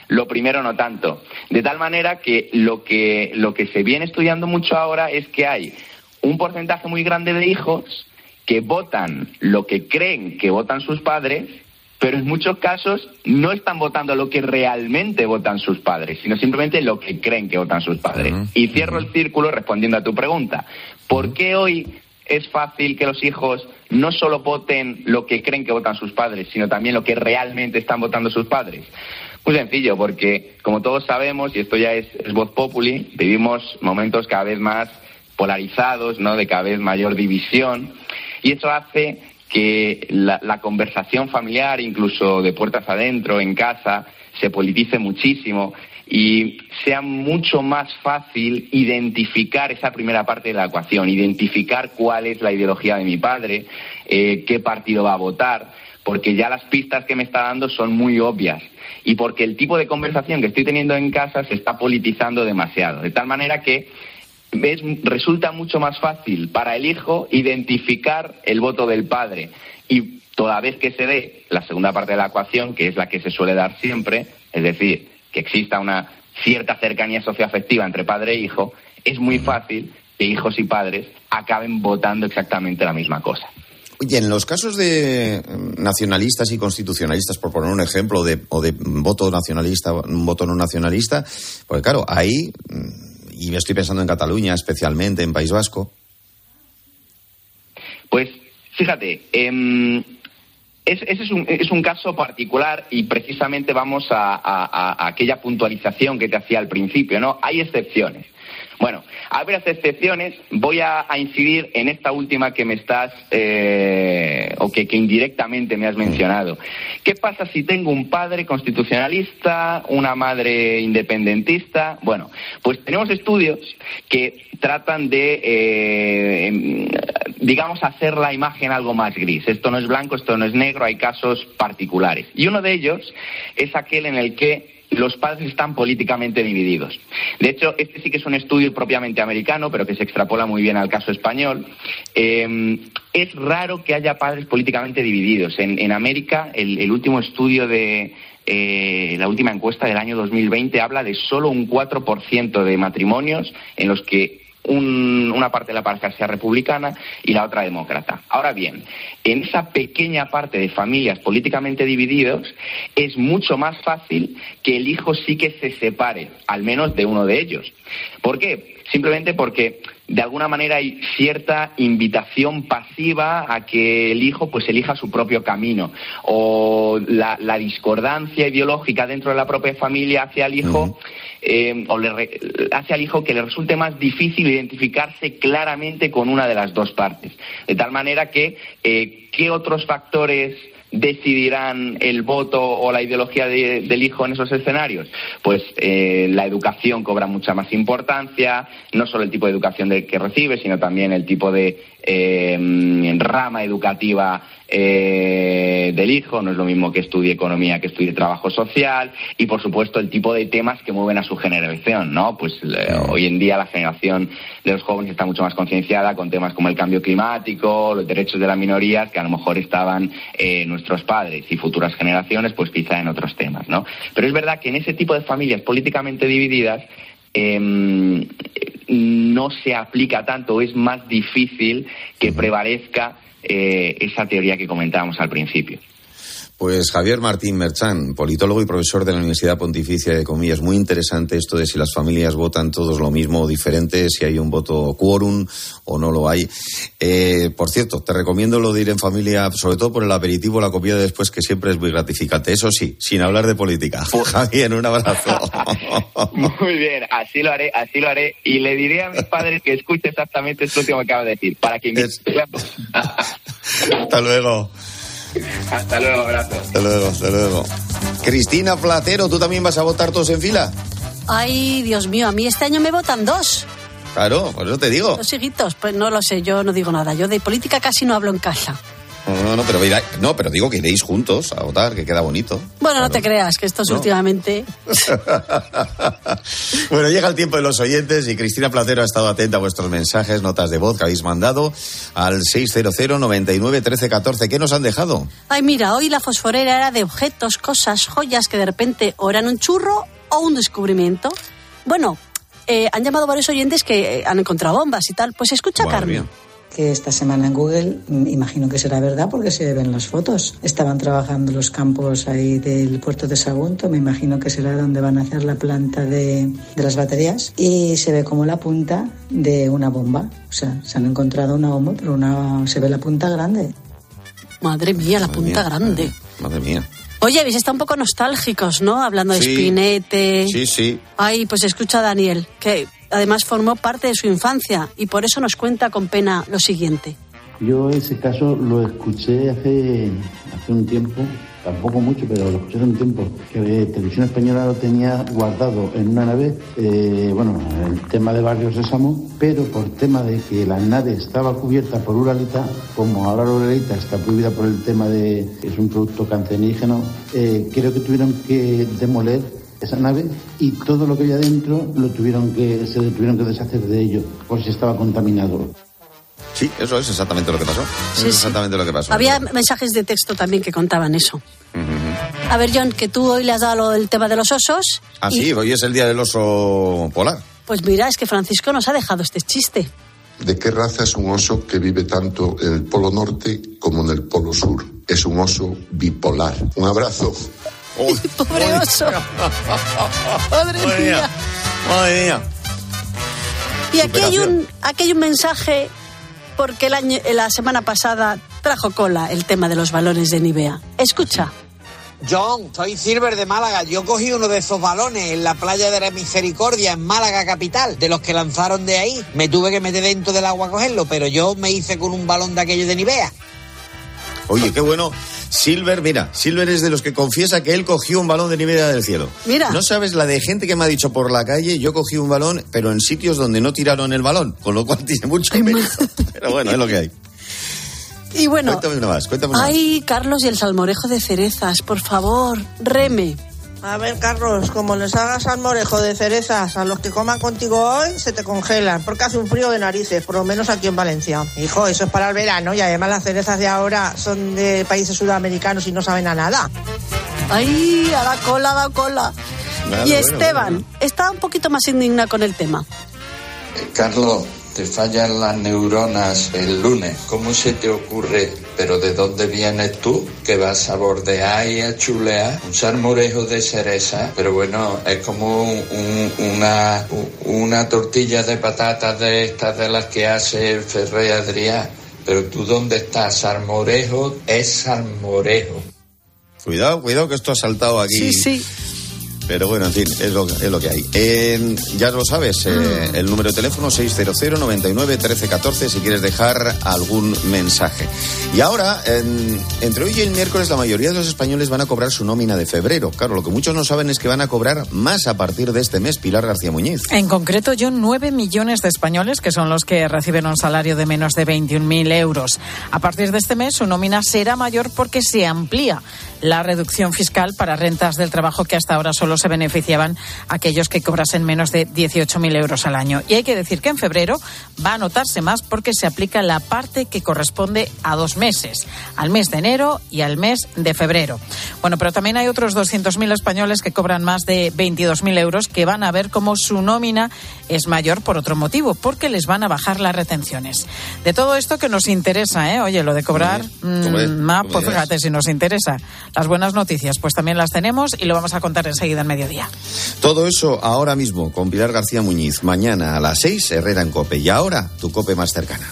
lo primero no tanto. De tal manera que lo que se viene estudiando mucho ahora es que hay un porcentaje muy grande de hijos que votan lo que creen que votan sus padres, pero en muchos casos no están votando lo que realmente votan sus padres, sino simplemente lo que creen que votan sus padres. Y cierro el círculo respondiendo a tu pregunta. ¿Por qué hoy es fácil que los hijos no solo voten lo que creen que votan sus padres, sino también lo que realmente están votando sus padres? Muy sencillo, porque como todos sabemos, y esto ya es voz populi, vivimos momentos cada vez más polarizados, ¿no?, de cada vez mayor división, y eso hace que la conversación familiar, incluso de puertas adentro, en casa, se politice muchísimo y sea mucho más fácil identificar esa primera parte de la ecuación, identificar cuál es la ideología de mi padre, qué partido va a votar, porque ya las pistas que me está dando son muy obvias y porque el tipo de conversación que estoy teniendo en casa se está politizando demasiado, de tal manera que resulta mucho más fácil para el hijo identificar el voto del padre, y toda vez que se dé la segunda parte de la ecuación, que es la que se suele dar siempre, es decir, que exista una cierta cercanía socioafectiva entre padre e hijo, es muy fácil que hijos y padres acaben votando exactamente la misma cosa. Oye, en los casos de nacionalistas y constitucionalistas, por poner un ejemplo, o de voto nacionalista, un voto no nacionalista, pues claro, ahí, y estoy pensando en Cataluña especialmente, en País Vasco. Pues fíjate, ese es un caso particular y precisamente vamos a aquella puntualización que te hacía al principio, ¿no? Hay excepciones. Bueno, a varias excepciones, voy a incidir en esta última que me estás, o que indirectamente me has mencionado. ¿Qué pasa si tengo un padre constitucionalista, una madre independentista? Bueno, pues tenemos estudios que tratan de, digamos, hacer la imagen algo más gris. Esto no es blanco, esto no es negro, hay casos particulares. Y uno de ellos es aquel en el que los padres están políticamente divididos. De hecho, este sí que es un estudio propiamente americano, pero que se extrapola muy bien al caso español. Es raro que haya padres políticamente divididos. En América, el último estudio de la última encuesta del año 2020 habla de solo un 4% de matrimonios en los que una parte de la pareja sea republicana y la otra demócrata. Ahora bien, en esa pequeña parte de familias políticamente divididos es mucho más fácil que el hijo sí que se separe, al menos de uno de ellos. ¿Por qué? Simplemente porque de alguna manera hay cierta invitación pasiva a que el hijo pues elija su propio camino, o la discordancia ideológica dentro de la propia familia hacia el hijo hace al hijo que le resulte más difícil identificarse claramente con una de las dos partes. De tal manera que, ¿qué otros factores decidirán el voto o la ideología del hijo en esos escenarios? Pues la educación cobra mucha más importancia, no solo el tipo de educación que recibe, sino también el tipo de rama educativa del hijo. No es lo mismo que estudie economía que estudie trabajo social, y por supuesto el tipo de temas que mueven a su generación, ¿no? Pues hoy en día la generación de los jóvenes está mucho más concienciada con temas como el cambio climático, los derechos de las minorías, que a lo mejor estaban nuestros padres y futuras generaciones, pues quizá en otros temas, ¿no? Pero es verdad que en ese tipo de familias políticamente divididas no se aplica tanto, es más difícil que prevalezca esa teoría que comentábamos al principio. Pues Javier Martín Merchán, politólogo y profesor de la Universidad Pontificia de Comillas. Muy interesante esto de si las familias votan todos lo mismo o diferente, si hay un voto quórum o no lo hay. Por cierto, te recomiendo lo de ir en familia, sobre todo por el aperitivo, la comida de después, que siempre es muy gratificante. Eso sí, sin hablar de política. Javier, un abrazo. Muy bien, así lo haré. Y le diré a mis padres que escuche exactamente esto último que acabo de decir, para que Hasta luego. Hasta luego, abrazo. Hasta luego. Cristina Platero, ¿tú también vas a votar todos en fila? Ay, Dios mío, a mí este año me votan 2. Claro, por eso te digo. 2 hijitos, pues no lo sé, yo no digo nada. Yo de política casi no hablo en casa. Pero digo que iréis juntos a votar, que queda bonito. Bueno, no te creas, que estos últimamente... Bueno, llega el tiempo de los oyentes y Cristina Placero ha estado atenta a vuestros mensajes, notas de voz que habéis mandado al 600 99 13 14. ¿Qué nos han dejado? Ay, mira, hoy la fosforera era de objetos, cosas, joyas que de repente o eran un churro o un descubrimiento. Bueno, han llamado varios oyentes que han encontrado bombas y tal. Pues escucha, Carmen. Que esta semana en Google, imagino que será verdad porque se ven las fotos. Estaban trabajando los campos ahí del puerto de Sagunto, me imagino que será donde van a hacer la planta de las baterías, y se ve como la punta de una bomba. O sea, se han encontrado una bomba, pero se ve la punta grande. Madre mía, la punta grande. Madre mía. Oye, habéis estado un poco nostálgicos, ¿no? Hablando de Spinette. Sí. Ay, pues escucha a Daniel, que además formó parte de su infancia y por eso nos cuenta con pena lo siguiente. Yo ese caso lo escuché hace un tiempo, tampoco mucho, pero lo escuché hace un tiempo, que Televisión Española lo tenía guardado en una nave, el tema de Barrio Sésamo, pero por tema de que la nave estaba cubierta por uralita, como ahora la uralita está prohibida por el tema de es un producto cancerígeno, creo que tuvieron que demoler esa nave y todo lo que había dentro se tuvieron que deshacer de ello por si estaba contaminado. Sí, eso es exactamente lo que pasó. Lo que pasó. Había mensajes de texto también que contaban eso. Uh-huh. A ver, John, que tú hoy le has dado el tema de los osos. Sí, hoy es el día del oso polar. Pues mira, es que Francisco nos ha dejado este chiste. ¿De qué raza es un oso que vive tanto en el Polo Norte como en el Polo Sur? Es un oso bipolar. Un abrazo. Pobre oso. Madre mía. Madre mía. Y aquí hay un mensaje porque la semana pasada trajo cola el tema de los balones de Nivea. Escucha. John, soy Silver de Málaga. Yo cogí uno de esos balones en la playa de la Misericordia, en Málaga capital, de los que lanzaron de ahí. Me tuve que meter dentro del agua a cogerlo, pero yo me hice con un balón de aquello de Nivea. Oye, qué bueno. Silver es de los que confiesa que él cogió un balón de Nivea del cielo. Mira. No sabes la de gente que me ha dicho por la calle, yo cogí un balón, pero en sitios donde no tiraron el balón, con lo cual tiene mucho mérito. Pero bueno, es lo que hay. Y bueno, cuéntame una más. Ay, Carlos y el salmorejo de cerezas, por favor, reme. A ver, Carlos, como les hagas salmorejo de cerezas a los que coman contigo hoy, se te congelan, porque hace un frío de narices, por lo menos aquí en Valencia. Hijo, eso es para el verano, y además las cerezas de ahora son de países sudamericanos y no saben a nada. Ay, a la cola. Claro, y Esteban está un poquito más indignado con el tema. Carlos, te fallan las neuronas el lunes. ¿Cómo se te ocurre? ¿Pero de dónde vienes tú? ¿Que vas a bordear y a chulear? Un salmorejo de cereza. Pero bueno, es como una tortilla de patatas de estas de las que hace el Ferré Adrià. Pero tú, ¿dónde estás? Salmorejo es salmorejo. Cuidado que esto ha saltado aquí. Sí. Pero bueno, en fin, es lo que hay. Ya lo sabes, el número de teléfono 600 99 13 14 si quieres dejar algún mensaje. Y ahora, entre hoy y el miércoles, la mayoría de los españoles van a cobrar su nómina de febrero. Claro, lo que muchos no saben es que van a cobrar más a partir de este mes. Pilar García Muñiz. En concreto, 9 millones de españoles, que son los que reciben un salario de menos de 21.000 euros. A partir de este mes, su nómina será mayor porque se amplía la reducción fiscal para rentas del trabajo que hasta ahora solo se beneficiaban aquellos que cobrasen menos de 18.000 euros al año. Y hay que decir que en febrero va a notarse más porque se aplica la parte que corresponde a 2 meses, al mes de enero y al mes de febrero. Bueno, pero también hay otros 200.000 españoles que cobran más de 22.000 euros que van a ver cómo su nómina es mayor por otro motivo, porque les van a bajar las retenciones. De todo esto que nos interesa, oye, lo de cobrar más, pues fíjate si nos interesa. Las buenas noticias, pues también las tenemos y lo vamos a contar enseguida en mediodía. Todo eso ahora mismo con Pilar García Muñiz. Mañana a las 6, Herrera en COPE. Y ahora, tu COPE más cercana.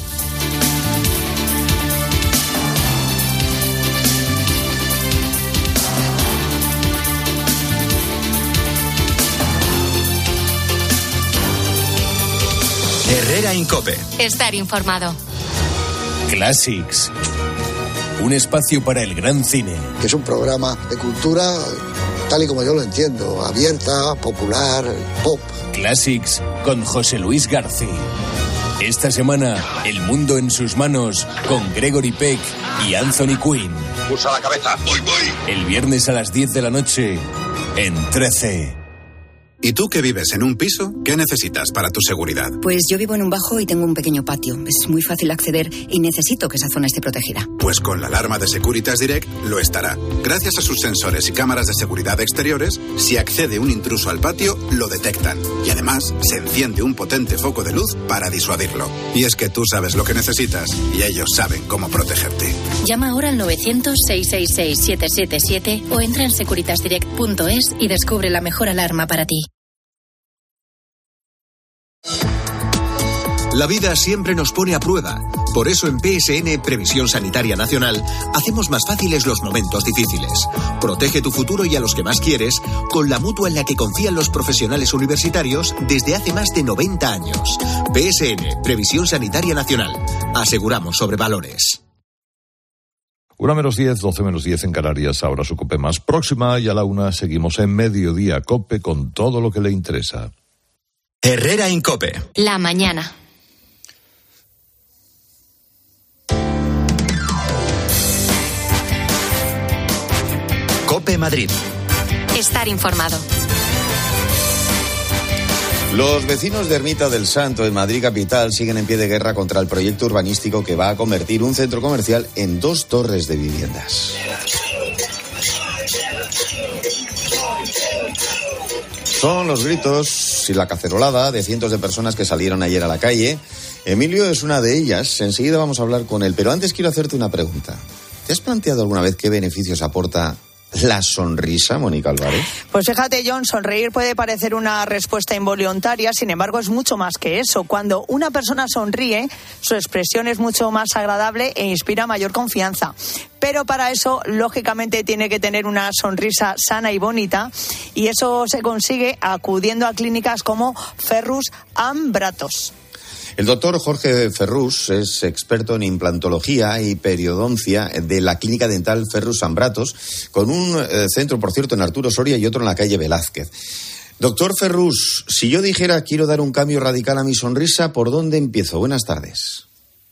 Herrera en COPE. Estar informado. Classics. Un espacio para el gran cine. Que es un programa de cultura tal y como yo lo entiendo, abierta, popular, pop. Classics con José Luis García. Esta semana, El mundo en sus manos con Gregory Peck y Anthony Quinn. Usa la cabeza. Voy. El viernes a las 10 de la noche en 13. ¿Y tú que vives en un piso? ¿Qué necesitas para tu seguridad? Pues yo vivo en un bajo y tengo un pequeño patio. Es muy fácil acceder y necesito que esa zona esté protegida. Pues con la alarma de Securitas Direct lo estará. Gracias a sus sensores y cámaras de seguridad exteriores, si accede un intruso al patio, lo detectan. Y además, se enciende un potente foco de luz para disuadirlo. Y es que tú sabes lo que necesitas y ellos saben cómo protegerte. Llama ahora al 900-666-777 o entra en securitasdirect.es y descubre la mejor alarma para ti. La vida siempre nos pone a prueba. Por eso en PSN, Previsión Sanitaria Nacional, hacemos más fáciles los momentos difíciles. Protege tu futuro y a los que más quieres con la mutua en la que confían los profesionales universitarios desde hace más de 90 años. PSN, Previsión Sanitaria Nacional. Aseguramos sobre valores. 1:10, 12:10 en Canarias, ahora su COPE más próxima y a la 1 seguimos en Mediodía COPE con todo lo que le interesa. Herrera en COPE. La mañana. COPE Madrid. Estar informado. Los vecinos de Ermita del Santo, en Madrid capital, siguen en pie de guerra contra el proyecto urbanístico que va a convertir un centro comercial en 2 torres de viviendas. Son los gritos y la cacerolada de cientos de personas que salieron ayer a la calle. Emilio es una de ellas. Enseguida vamos a hablar con él. Pero antes quiero hacerte una pregunta. ¿Te has planteado alguna vez qué beneficios aporta la sonrisa, Mónica Álvarez? Pues fíjate, John, sonreír puede parecer una respuesta involuntaria, sin embargo es mucho más que eso. Cuando una persona sonríe, su expresión es mucho más agradable e inspira mayor confianza. Pero para eso, lógicamente, tiene que tener una sonrisa sana y bonita, y eso se consigue acudiendo a clínicas como Ferrus and Bratos. El doctor Jorge Ferrus es experto en implantología y periodoncia de la clínica dental Ferrus and Bratos, con un centro, por cierto, en Arturo Soria y otro en la calle Velázquez. Doctor Ferrus, si yo dijera quiero dar un cambio radical a mi sonrisa, ¿por dónde empiezo? Buenas tardes.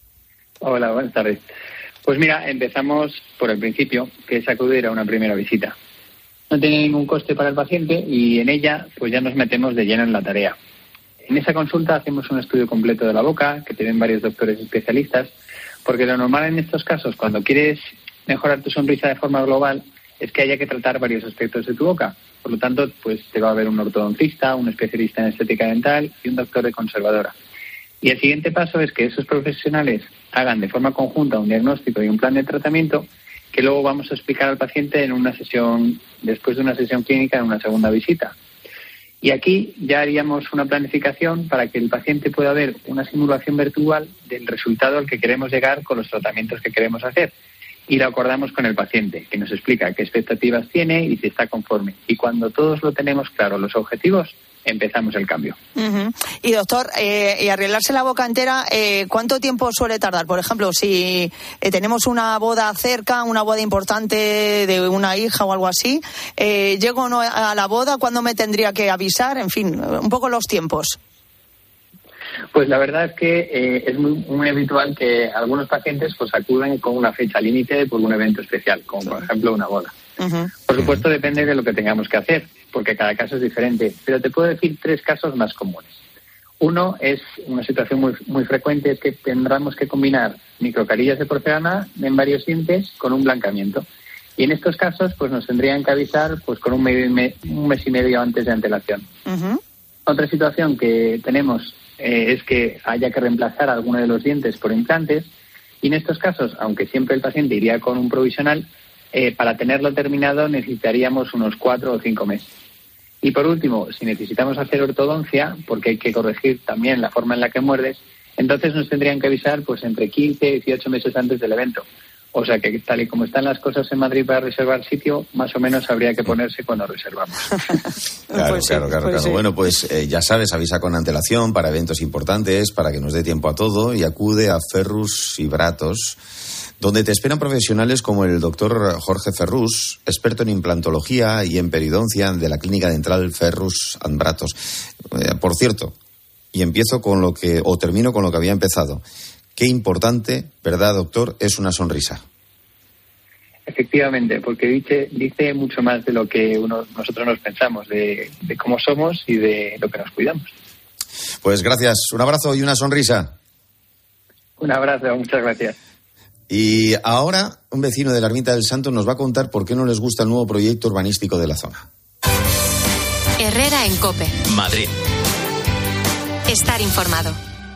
Hola, buenas tardes. Pues mira, empezamos por el principio, que es acudir a una primera visita. No tiene ningún coste para el paciente y en ella pues ya nos metemos de lleno en la tarea. En esa consulta hacemos un estudio completo de la boca, que tienen varios doctores especialistas, porque lo normal en estos casos, cuando quieres mejorar tu sonrisa de forma global, es que haya que tratar varios aspectos de tu boca. Por lo tanto, pues te va a ver un ortodoncista, un especialista en estética dental y un doctor de conservadora. Y el siguiente paso es que esos profesionales hagan de forma conjunta un diagnóstico y un plan de tratamiento que luego vamos a explicar al paciente en una sesión, después de una sesión clínica, en una segunda visita. Y aquí ya haríamos una planificación para que el paciente pueda ver una simulación virtual del resultado al que queremos llegar con los tratamientos que queremos hacer. Y lo acordamos con el paciente, que nos explica qué expectativas tiene y si está conforme. Y cuando todos lo tenemos claro, los objetivos, empezamos el cambio. Uh-huh. Y doctor, y arreglarse la boca entera, ¿cuánto tiempo suele tardar? Por ejemplo, si tenemos una boda cerca, una boda importante de una hija o algo así, ¿llego o no a la boda? ¿Cuándo me tendría que avisar? En fin, un poco los tiempos. Pues la verdad es que es muy habitual que algunos pacientes pues acuden con una fecha límite por un evento especial, como por ejemplo una boda. Uh-huh. Por supuesto depende de lo que tengamos que hacer, porque cada caso es diferente, pero te puedo decir 3 casos más comunes. Uno es una situación muy frecuente, es que tendremos que combinar microcarillas de porcelana en varios dientes con un blancamiento. Y en estos casos pues nos tendrían que avisar pues con un mes y medio antes de antelación. Uh-huh. Otra situación que tenemos es que haya que reemplazar alguno de los dientes por implantes, y en estos casos, aunque siempre el paciente iría con un provisional, para tenerlo terminado necesitaríamos unos 4 o 5 meses. Y por último, si necesitamos hacer ortodoncia, porque hay que corregir también la forma en la que muerdes, entonces nos tendrían que avisar pues entre 15 y 18 meses antes del evento. O sea que tal y como están las cosas en Madrid para reservar sitio, más o menos habría que ponerse cuando reservamos. Claro, Pues sí, claro. sí. Bueno, pues ya sabes, avisa con antelación para eventos importantes, para que nos dé tiempo a todo, y acude a Ferrus y Bratos, donde te esperan profesionales como el doctor Jorge Ferrus, experto en implantología y en periodoncia de la clínica dental Ferrus and Bratos. Por cierto, y termino con lo que había empezado. Qué importante, ¿verdad, doctor? Es una sonrisa. Efectivamente, porque dice mucho más de lo que nosotros nos pensamos, de cómo somos y de lo que nos cuidamos. Pues gracias, un abrazo y una sonrisa. Un abrazo, muchas gracias. Y ahora un vecino de la Ermita del Santo nos va a contar por qué no les gusta el nuevo proyecto urbanístico de la zona. Herrera en COPE. Madrid. Estar informado.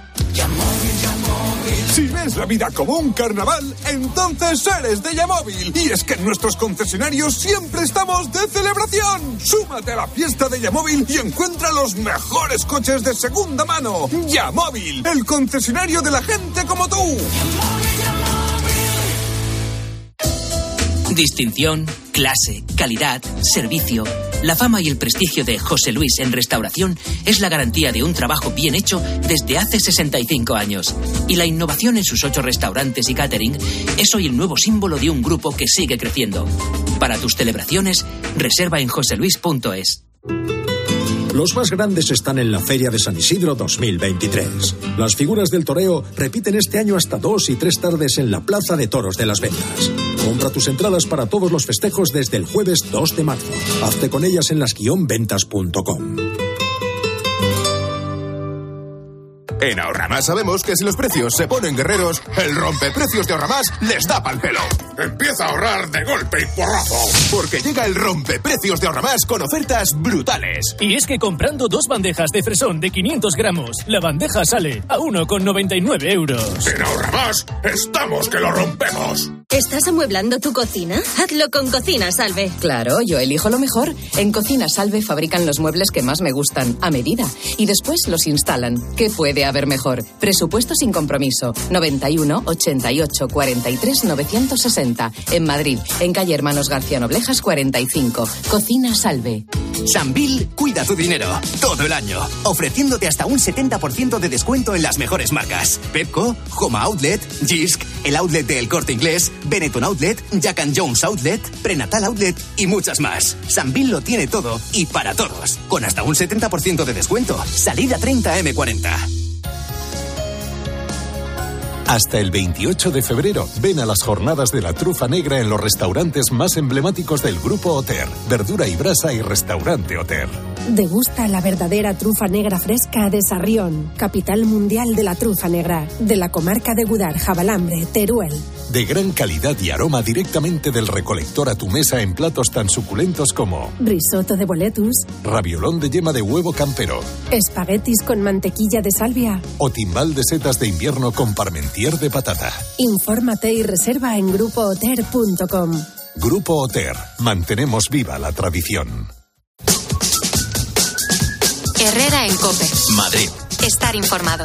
Si ves la vida como un carnaval, entonces eres de Yamóvil. Y es que en nuestros concesionarios siempre estamos de celebración. Súmate a la fiesta de Yamóvil y encuentra los mejores coches de segunda mano. Yamóvil, el concesionario de la gente como tú. Distinción, clase, calidad, servicio. La fama y el prestigio de José Luis en restauración es la garantía de un trabajo bien hecho desde hace 65 años. Y la innovación en sus 8 restaurantes y catering es hoy el nuevo símbolo de un grupo que sigue creciendo. Para tus celebraciones, reserva en joseluis.es. Los más grandes están en la Feria de San Isidro 2023. Las figuras del toreo repiten este año hasta 2 y 3 tardes en la Plaza de Toros de Las Ventas. Compra tus entradas para todos los festejos desde el jueves 2 de marzo. Hazte con ellas en las-ventas.com. En Ahorramás sabemos que si los precios se ponen guerreros, el rompeprecios de Ahorramás les da pa'l pelo. Empieza a ahorrar de golpe y porrazo, porque llega el rompeprecios de Ahorramás con ofertas brutales. Y es que comprando 2 bandejas de fresón de 500 gramos, la bandeja sale a 1,99 euros. En Ahorramás estamos que lo rompemos. ¿Estás amueblando tu cocina? Hazlo con Cocina Salve. Claro, yo elijo lo mejor. En Cocina Salve fabrican los muebles que más me gustan, a medida, y después los instalan. ¿Qué puede haber mejor? Presupuesto sin compromiso. 91 88 43 960. En Madrid, en calle Hermanos García Noblejas 45. Cocina Salve. Sambil cuida tu dinero todo el año, ofreciéndote hasta un 70% de descuento en las mejores marcas. Pepco, Home Outlet, Jysk, el outlet de El Corte Inglés, Benetton Outlet, Jack & Jones Outlet, Prenatal Outlet y muchas más. Sambil lo tiene todo y para todos, con hasta un 70% de descuento. Salida 30 M40. Hasta el 28 de febrero, ven a las jornadas de la trufa negra en los restaurantes más emblemáticos del Grupo Oter. Verdura y brasa y Restaurante Oter. Degusta la verdadera trufa negra fresca de Sarrión, capital mundial de la trufa negra, de la comarca de Gudar, Jabalambre, Teruel. De gran calidad y aroma directamente del recolector a tu mesa en platos tan suculentos como risotto de boletus, raviolón de yema de huevo campero, espaguetis con mantequilla de salvia o timbal de setas de invierno con parmentier de patata. Infórmate y reserva en grupooter.com. Grupo Oter. Mantenemos viva la tradición. Herrera en COPE. Madrid. Estar informado.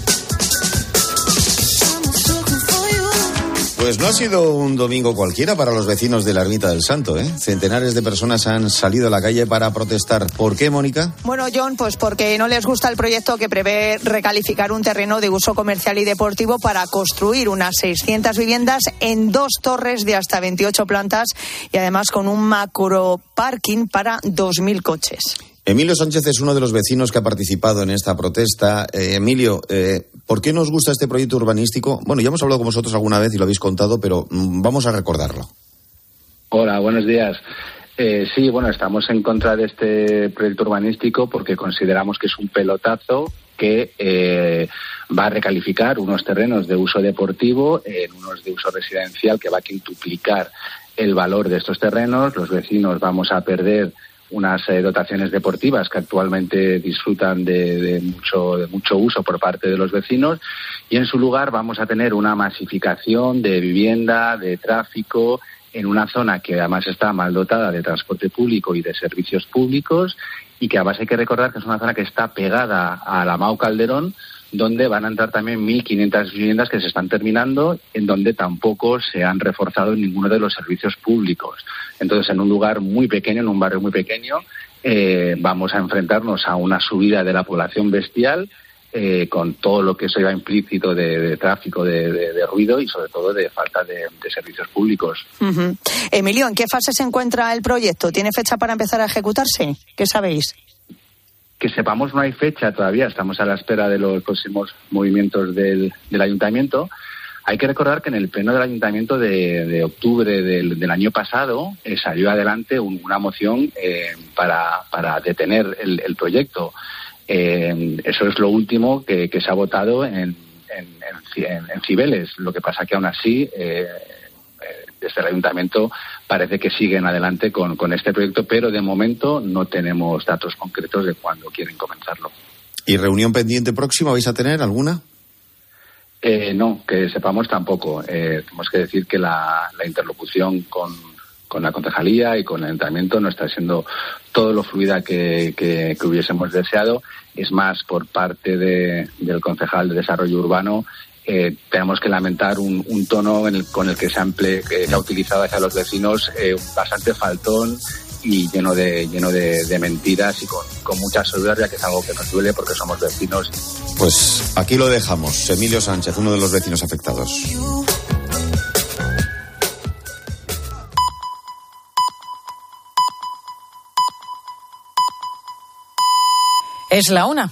Pues no ha sido un domingo cualquiera para los vecinos de la Ermita del Santo, ¿eh? Centenares de personas han salido a la calle para protestar. ¿Por qué, Mónica? Bueno, John, pues porque no les gusta el proyecto que prevé recalificar un terreno de uso comercial y deportivo para construir unas 600 viviendas en 2 torres de hasta 28 plantas y además con un macro parking para 2.000 coches. Emilio Sánchez es uno de los vecinos que ha participado en esta protesta. Emilio, ¿por qué nos gusta este proyecto urbanístico? Bueno, ya hemos hablado con vosotros alguna vez y lo habéis contado, pero vamos a recordarlo. Hola, buenos días. Sí, bueno, estamos en contra de este proyecto urbanístico porque consideramos que es un pelotazo que va a recalificar unos terrenos de uso deportivo en unos de uso residencial, que va a quintuplicar el valor de estos terrenos. Los vecinos vamos a perder unas dotaciones deportivas que actualmente disfrutan de mucho uso por parte de los vecinos, y en su lugar vamos a tener una masificación de vivienda, de tráfico, en una zona que además está mal dotada de transporte público y de servicios públicos, y que además hay que recordar que es una zona que está pegada a la Mau Calderón, donde van a entrar también 1.500 viviendas que se están terminando, en donde tampoco se han reforzado ninguno de los servicios públicos. Entonces, en un lugar muy pequeño, en un barrio muy pequeño, vamos a enfrentarnos a una subida de la población bestial, con todo lo que eso lleva implícito de tráfico, de ruido y sobre todo de falta de servicios públicos. Uh-huh. Emilio, ¿en qué fase se encuentra el proyecto? ¿Tiene fecha para empezar a ejecutarse? ¿Qué sabéis? Que sepamos, no hay fecha todavía, estamos a la espera de los próximos movimientos del ayuntamiento, Hay que recordar que en el pleno del Ayuntamiento de octubre del año pasado salió adelante una moción para detener el proyecto. Eso es lo último que se ha votado en Cibeles. Lo que pasa que aún así desde el Ayuntamiento parece que siguen adelante con este proyecto, pero de momento no tenemos datos concretos de cuándo quieren comenzarlo. ¿Y reunión pendiente próxima vais a tener alguna? No, que sepamos tampoco. Tenemos que decir que la interlocución con la concejalía y con el ayuntamiento no está siendo todo lo fluida que hubiésemos deseado. Es más, por parte del concejal de Desarrollo Urbano, tenemos que lamentar un tono con el que se ha utilizado hacia los vecinos, bastante faltón y lleno de mentiras y con mucha soberbia, que es algo que nos duele porque somos vecinos. Pues aquí lo dejamos. Emilio Sánchez, uno de los vecinos afectados. Es la 1.